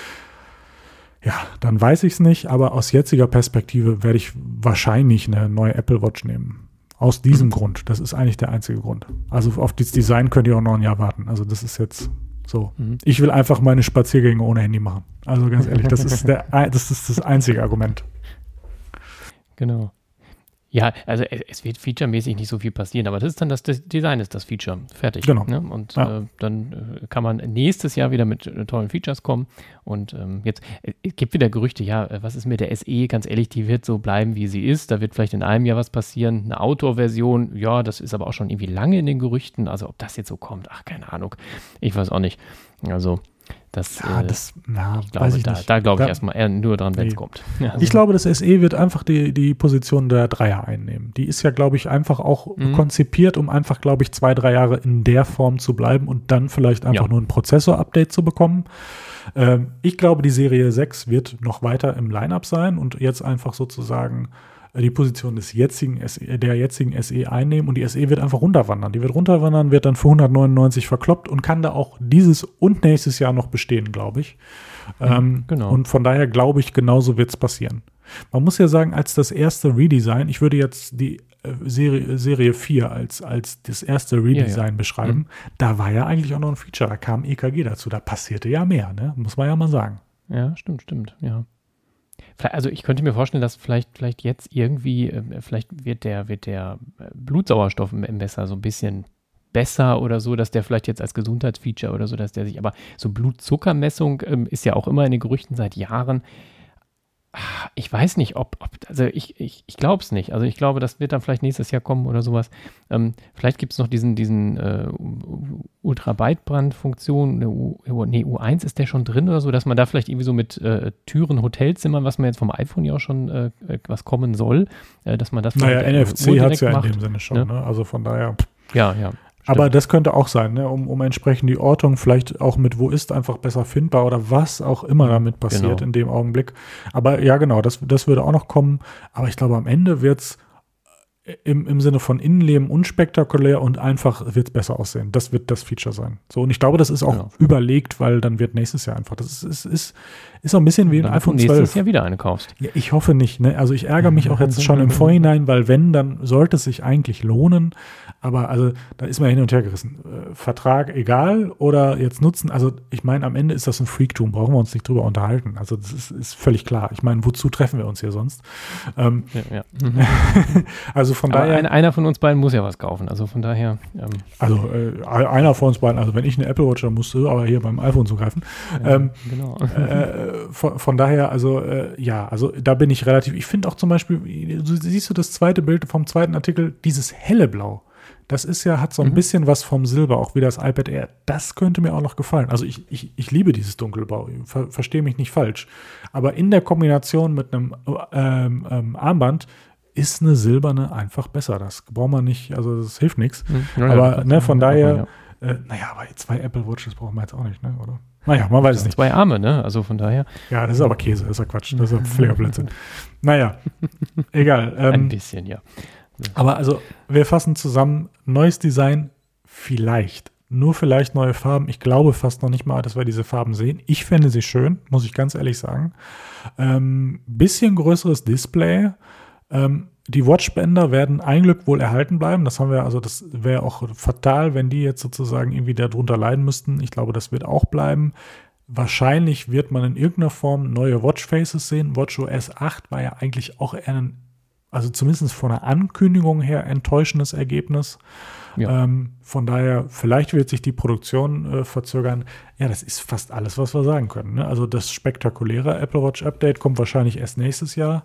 Ja, dann weiß ich es nicht, aber aus jetziger Perspektive werde ich wahrscheinlich eine neue Apple Watch nehmen. Aus diesem Grund. Das ist eigentlich der einzige Grund. Also auf das Design könnt ihr auch noch ein Jahr warten. Also das ist jetzt so. Ich will einfach meine Spaziergänge ohne Handy machen. Also ganz ehrlich, das ist das einzige Argument. Genau. Ja, also es wird featuremäßig nicht so viel passieren, aber das ist dann das Design ist das Feature. Fertig. Genau. Ne? Und dann kann man nächstes Jahr wieder mit tollen Features kommen. Und jetzt es gibt wieder Gerüchte, ja, was ist mit der SE? Ganz ehrlich, die wird so bleiben, wie sie ist. Da wird vielleicht in einem Jahr was passieren. Eine Outdoor-Version, ja, das ist aber auch schon irgendwie lange in den Gerüchten. Also ob das jetzt so kommt, keine Ahnung. Ich weiß auch nicht. Also ich glaube, da glaube ich erstmal eher nur dran, wenn es kommt. Ja, also. Ich glaube, das SE wird einfach die Position der Dreier einnehmen. Die ist ja, glaube ich, einfach auch konzipiert, um einfach, glaube ich, 2-3 Jahre in der Form zu bleiben und dann vielleicht einfach nur ein Prozessor-Update zu bekommen. Ich glaube, die Serie 6 wird noch weiter im Line-Up sein und jetzt einfach sozusagen die Position der jetzigen SE einnehmen und die SE wird einfach runterwandern. Die wird runterwandern, wird dann für 199 verkloppt und kann da auch dieses und nächstes Jahr noch bestehen, glaube ich. Genau. Und von daher glaube ich, genauso wird es passieren. Man muss ja sagen, als das erste Redesign, ich würde jetzt die Serie 4 als das erste Redesign beschreiben, da war ja eigentlich auch noch ein Feature, da kam EKG dazu, da passierte ja mehr, ne? Muss man ja mal sagen. Ja, stimmt, ja. Also ich könnte mir vorstellen, dass vielleicht jetzt irgendwie, vielleicht wird der Blutsauerstoff im Messer so ein bisschen besser oder so, dass der vielleicht jetzt als Gesundheitsfeature oder so, dass der sich, aber so Blutzuckermessung ist ja auch immer in den Gerüchten seit Jahren. Ich weiß nicht, also ich glaube es nicht. Also ich glaube, das wird dann vielleicht nächstes Jahr kommen oder sowas. Vielleicht gibt es noch diesen Ultra-Breitband-Funktion, U1 ist der schon drin oder so, dass man da vielleicht irgendwie so mit Türen, Hotelzimmern, was man jetzt vom iPhone ja auch schon was kommen soll, dass man das NFC hat es ja in dem Sinne schon, ne? Also von daher. Ja. Aber das könnte auch sein, ne? um entsprechend die Ortung vielleicht auch mit wo ist einfach besser findbar oder was auch immer damit passiert in dem Augenblick. Aber ja, genau, das würde auch noch kommen. Aber ich glaube, am Ende wird es im Sinne von Innenleben unspektakulär und einfach wird es besser aussehen. Das wird das Feature sein. So, und ich glaube, das ist auch überlegt, weil dann wird nächstes Jahr einfach, das ist so ein bisschen wie ein iPhone 12. Nächstes Jahr wieder eine kaufst. Ja, ich hoffe nicht, ne? Also ich ärgere mich auch jetzt schon im Vorhinein, weil wenn, dann sollte es sich eigentlich lohnen. Aber also da ist man hin und her gerissen. Vertrag egal oder jetzt nutzen. Also ich meine, am Ende ist das ein Freaktum, brauchen wir uns nicht drüber unterhalten. Also das ist völlig klar. Ich meine, wozu treffen wir uns hier sonst? Also von aber daher. Einer von uns beiden muss ja was kaufen. Also von daher. Einer von uns beiden, also wenn ich eine Apple Watch, dann musst du aber hier beim iPhone zugreifen. Genau. Von daher, also da bin ich relativ, ich finde auch zum Beispiel, siehst du das zweite Bild vom zweiten Artikel, dieses helle Blau, das ist ja, hat so ein bisschen was vom Silber, auch wie das iPad Air, das könnte mir auch noch gefallen. Also ich liebe dieses Dunkelblau, verstehe mich nicht falsch, aber in der Kombination mit einem Armband ist eine silberne einfach besser, das braucht man nicht, also das hilft nichts, aber ne, von daher, aber 2 Apple Watches brauchen wir jetzt auch nicht, ne, oder? Naja, man weiß es nicht. 2 Arme, ne? Also von daher. Ja, das ist aber Käse, das ist ja Quatsch. Das ist ja völliger Blödsinn. Naja, egal. Ein bisschen, ja. Aber also, wir fassen zusammen, neues Design, vielleicht. Nur vielleicht neue Farben. Ich glaube fast noch nicht mal, dass wir diese Farben sehen. Ich fände sie schön, muss ich ganz ehrlich sagen. Bisschen größeres Display. Die Watchbänder werden ein Glück wohl erhalten bleiben. Das haben wir, also das wäre auch fatal, wenn die jetzt sozusagen irgendwie darunter leiden müssten. Ich glaube, das wird auch bleiben. Wahrscheinlich wird man in irgendeiner Form neue Watchfaces sehen. WatchOS 8 war ja eigentlich auch eher also zumindest von der Ankündigung her enttäuschendes Ergebnis. Ja. Von daher, vielleicht wird sich die Produktion verzögern. Ja, das ist fast alles, was wir sagen können, ne? Also das spektakuläre Apple Watch Update kommt wahrscheinlich erst nächstes Jahr.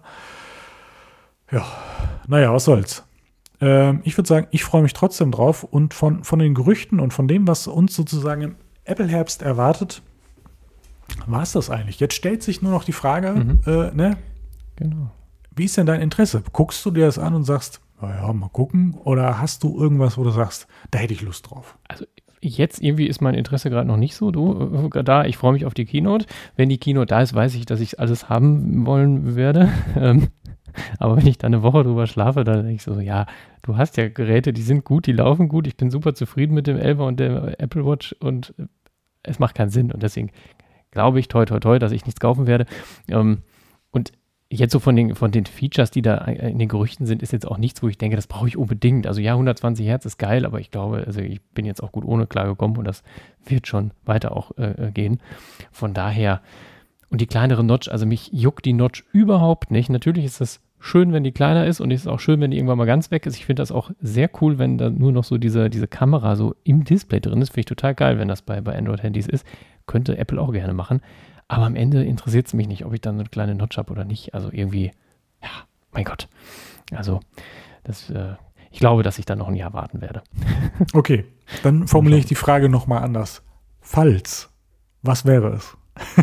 Ja, naja, was soll's. Ich würde sagen, ich freue mich trotzdem drauf und von den Gerüchten und von dem, was uns sozusagen im Apple-Herbst erwartet, war es das eigentlich. Jetzt stellt sich nur noch die Frage, ne? Genau. Wie ist denn dein Interesse? Guckst du dir das an und sagst, naja, mal gucken, oder hast du irgendwas, wo du sagst, da hätte ich Lust drauf? Also jetzt irgendwie ist mein Interesse gerade noch nicht so da. Ich freue mich auf die Keynote. Wenn die Keynote da ist, weiß ich, dass ich alles haben wollen werde. Aber wenn ich da eine Woche drüber schlafe, dann denke ich so, ja, du hast ja Geräte, die sind gut, die laufen gut. Ich bin super zufrieden mit dem 11er und der Apple Watch und es macht keinen Sinn. Und deswegen glaube ich, toi, toi, toi, dass ich nichts kaufen werde. Und jetzt so von den Features, die da in den Gerüchten sind, ist jetzt auch nichts, wo ich denke, das brauche ich unbedingt. Also ja, 120 Hertz ist geil, aber ich glaube, also ich bin jetzt auch gut ohne klargekommen und das wird schon weiter auch gehen. Von daher, und die kleinere Notch, also mich juckt die Notch überhaupt nicht. Natürlich ist das schön, wenn die kleiner ist und es ist auch schön, wenn die irgendwann mal ganz weg ist. Ich finde das auch sehr cool, wenn da nur noch so diese Kamera so im Display drin ist. Finde ich total geil, wenn das bei Android-Handys ist. Könnte Apple auch gerne machen. Aber am Ende interessiert es mich nicht, ob ich dann eine kleine Notch habe oder nicht. Also irgendwie, ja, mein Gott. Also ich glaube, dass ich dann noch ein Jahr warten werde. Okay, dann formuliere ich die Frage nochmal anders. Falls, was wäre es?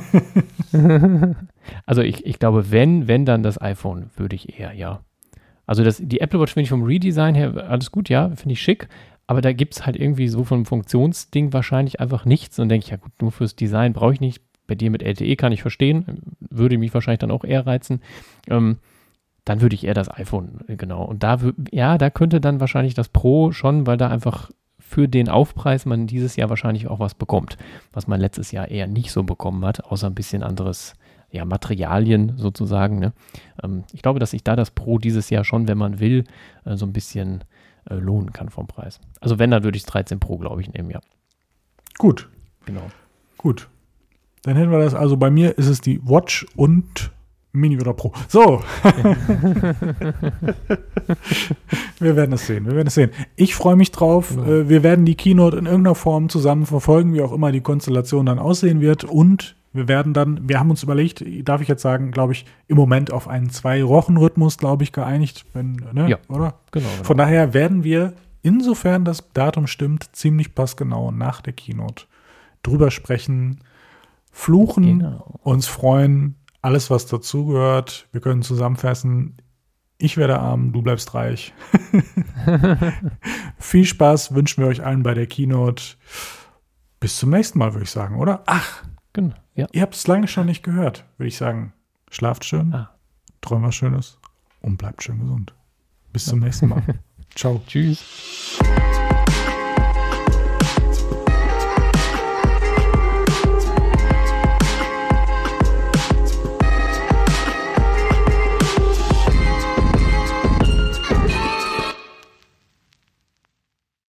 Also ich glaube, wenn dann das iPhone, würde ich eher, ja. Also die Apple Watch finde ich vom Redesign her alles gut, ja, finde ich schick, aber da gibt es halt irgendwie so vom Funktionsding wahrscheinlich einfach nichts und denke ich, ja gut, nur fürs Design brauche ich nicht. Bei dir mit LTE kann ich verstehen, würde mich wahrscheinlich dann auch eher reizen. Dann würde ich eher das iPhone, genau. Und da könnte dann wahrscheinlich das Pro schon, weil da einfach für den Aufpreis man dieses Jahr wahrscheinlich auch was bekommt, was man letztes Jahr eher nicht so bekommen hat, außer ein bisschen anderes, ja, Materialien sozusagen. Ne? Ich glaube, dass sich da das Pro dieses Jahr schon, wenn man will, so ein bisschen lohnen kann vom Preis. Also wenn, dann würde ich das 13 Pro, glaube ich, nehmen, ja. Gut. Genau. Gut. Dann hätten wir das, also bei mir ist es die Watch und Mini oder Pro. So. Wir werden es sehen. Ich freue mich drauf. Ja. Wir werden die Keynote in irgendeiner Form zusammen verfolgen, wie auch immer die Konstellation dann aussehen wird. Und wir haben uns überlegt, darf ich jetzt sagen, glaube ich, im Moment auf einen 2-Wochen-Rhythmus, glaube ich, geeinigt. Ja, oder? Genau. Von daher werden wir, insofern das Datum stimmt, ziemlich passgenau nach der Keynote drüber sprechen, fluchen, uns freuen, alles, was dazugehört. Wir können zusammenfassen. Ich werde arm, du bleibst reich. Viel Spaß wünschen wir euch allen bei der Keynote. Bis zum nächsten Mal, würde ich sagen, oder? Ach, genau, ja. Ihr habt es lange schon nicht gehört, würde ich sagen. Schlaft schön, träumt was Schönes und bleibt schön gesund. Bis zum nächsten Mal. Ciao. Tschüss.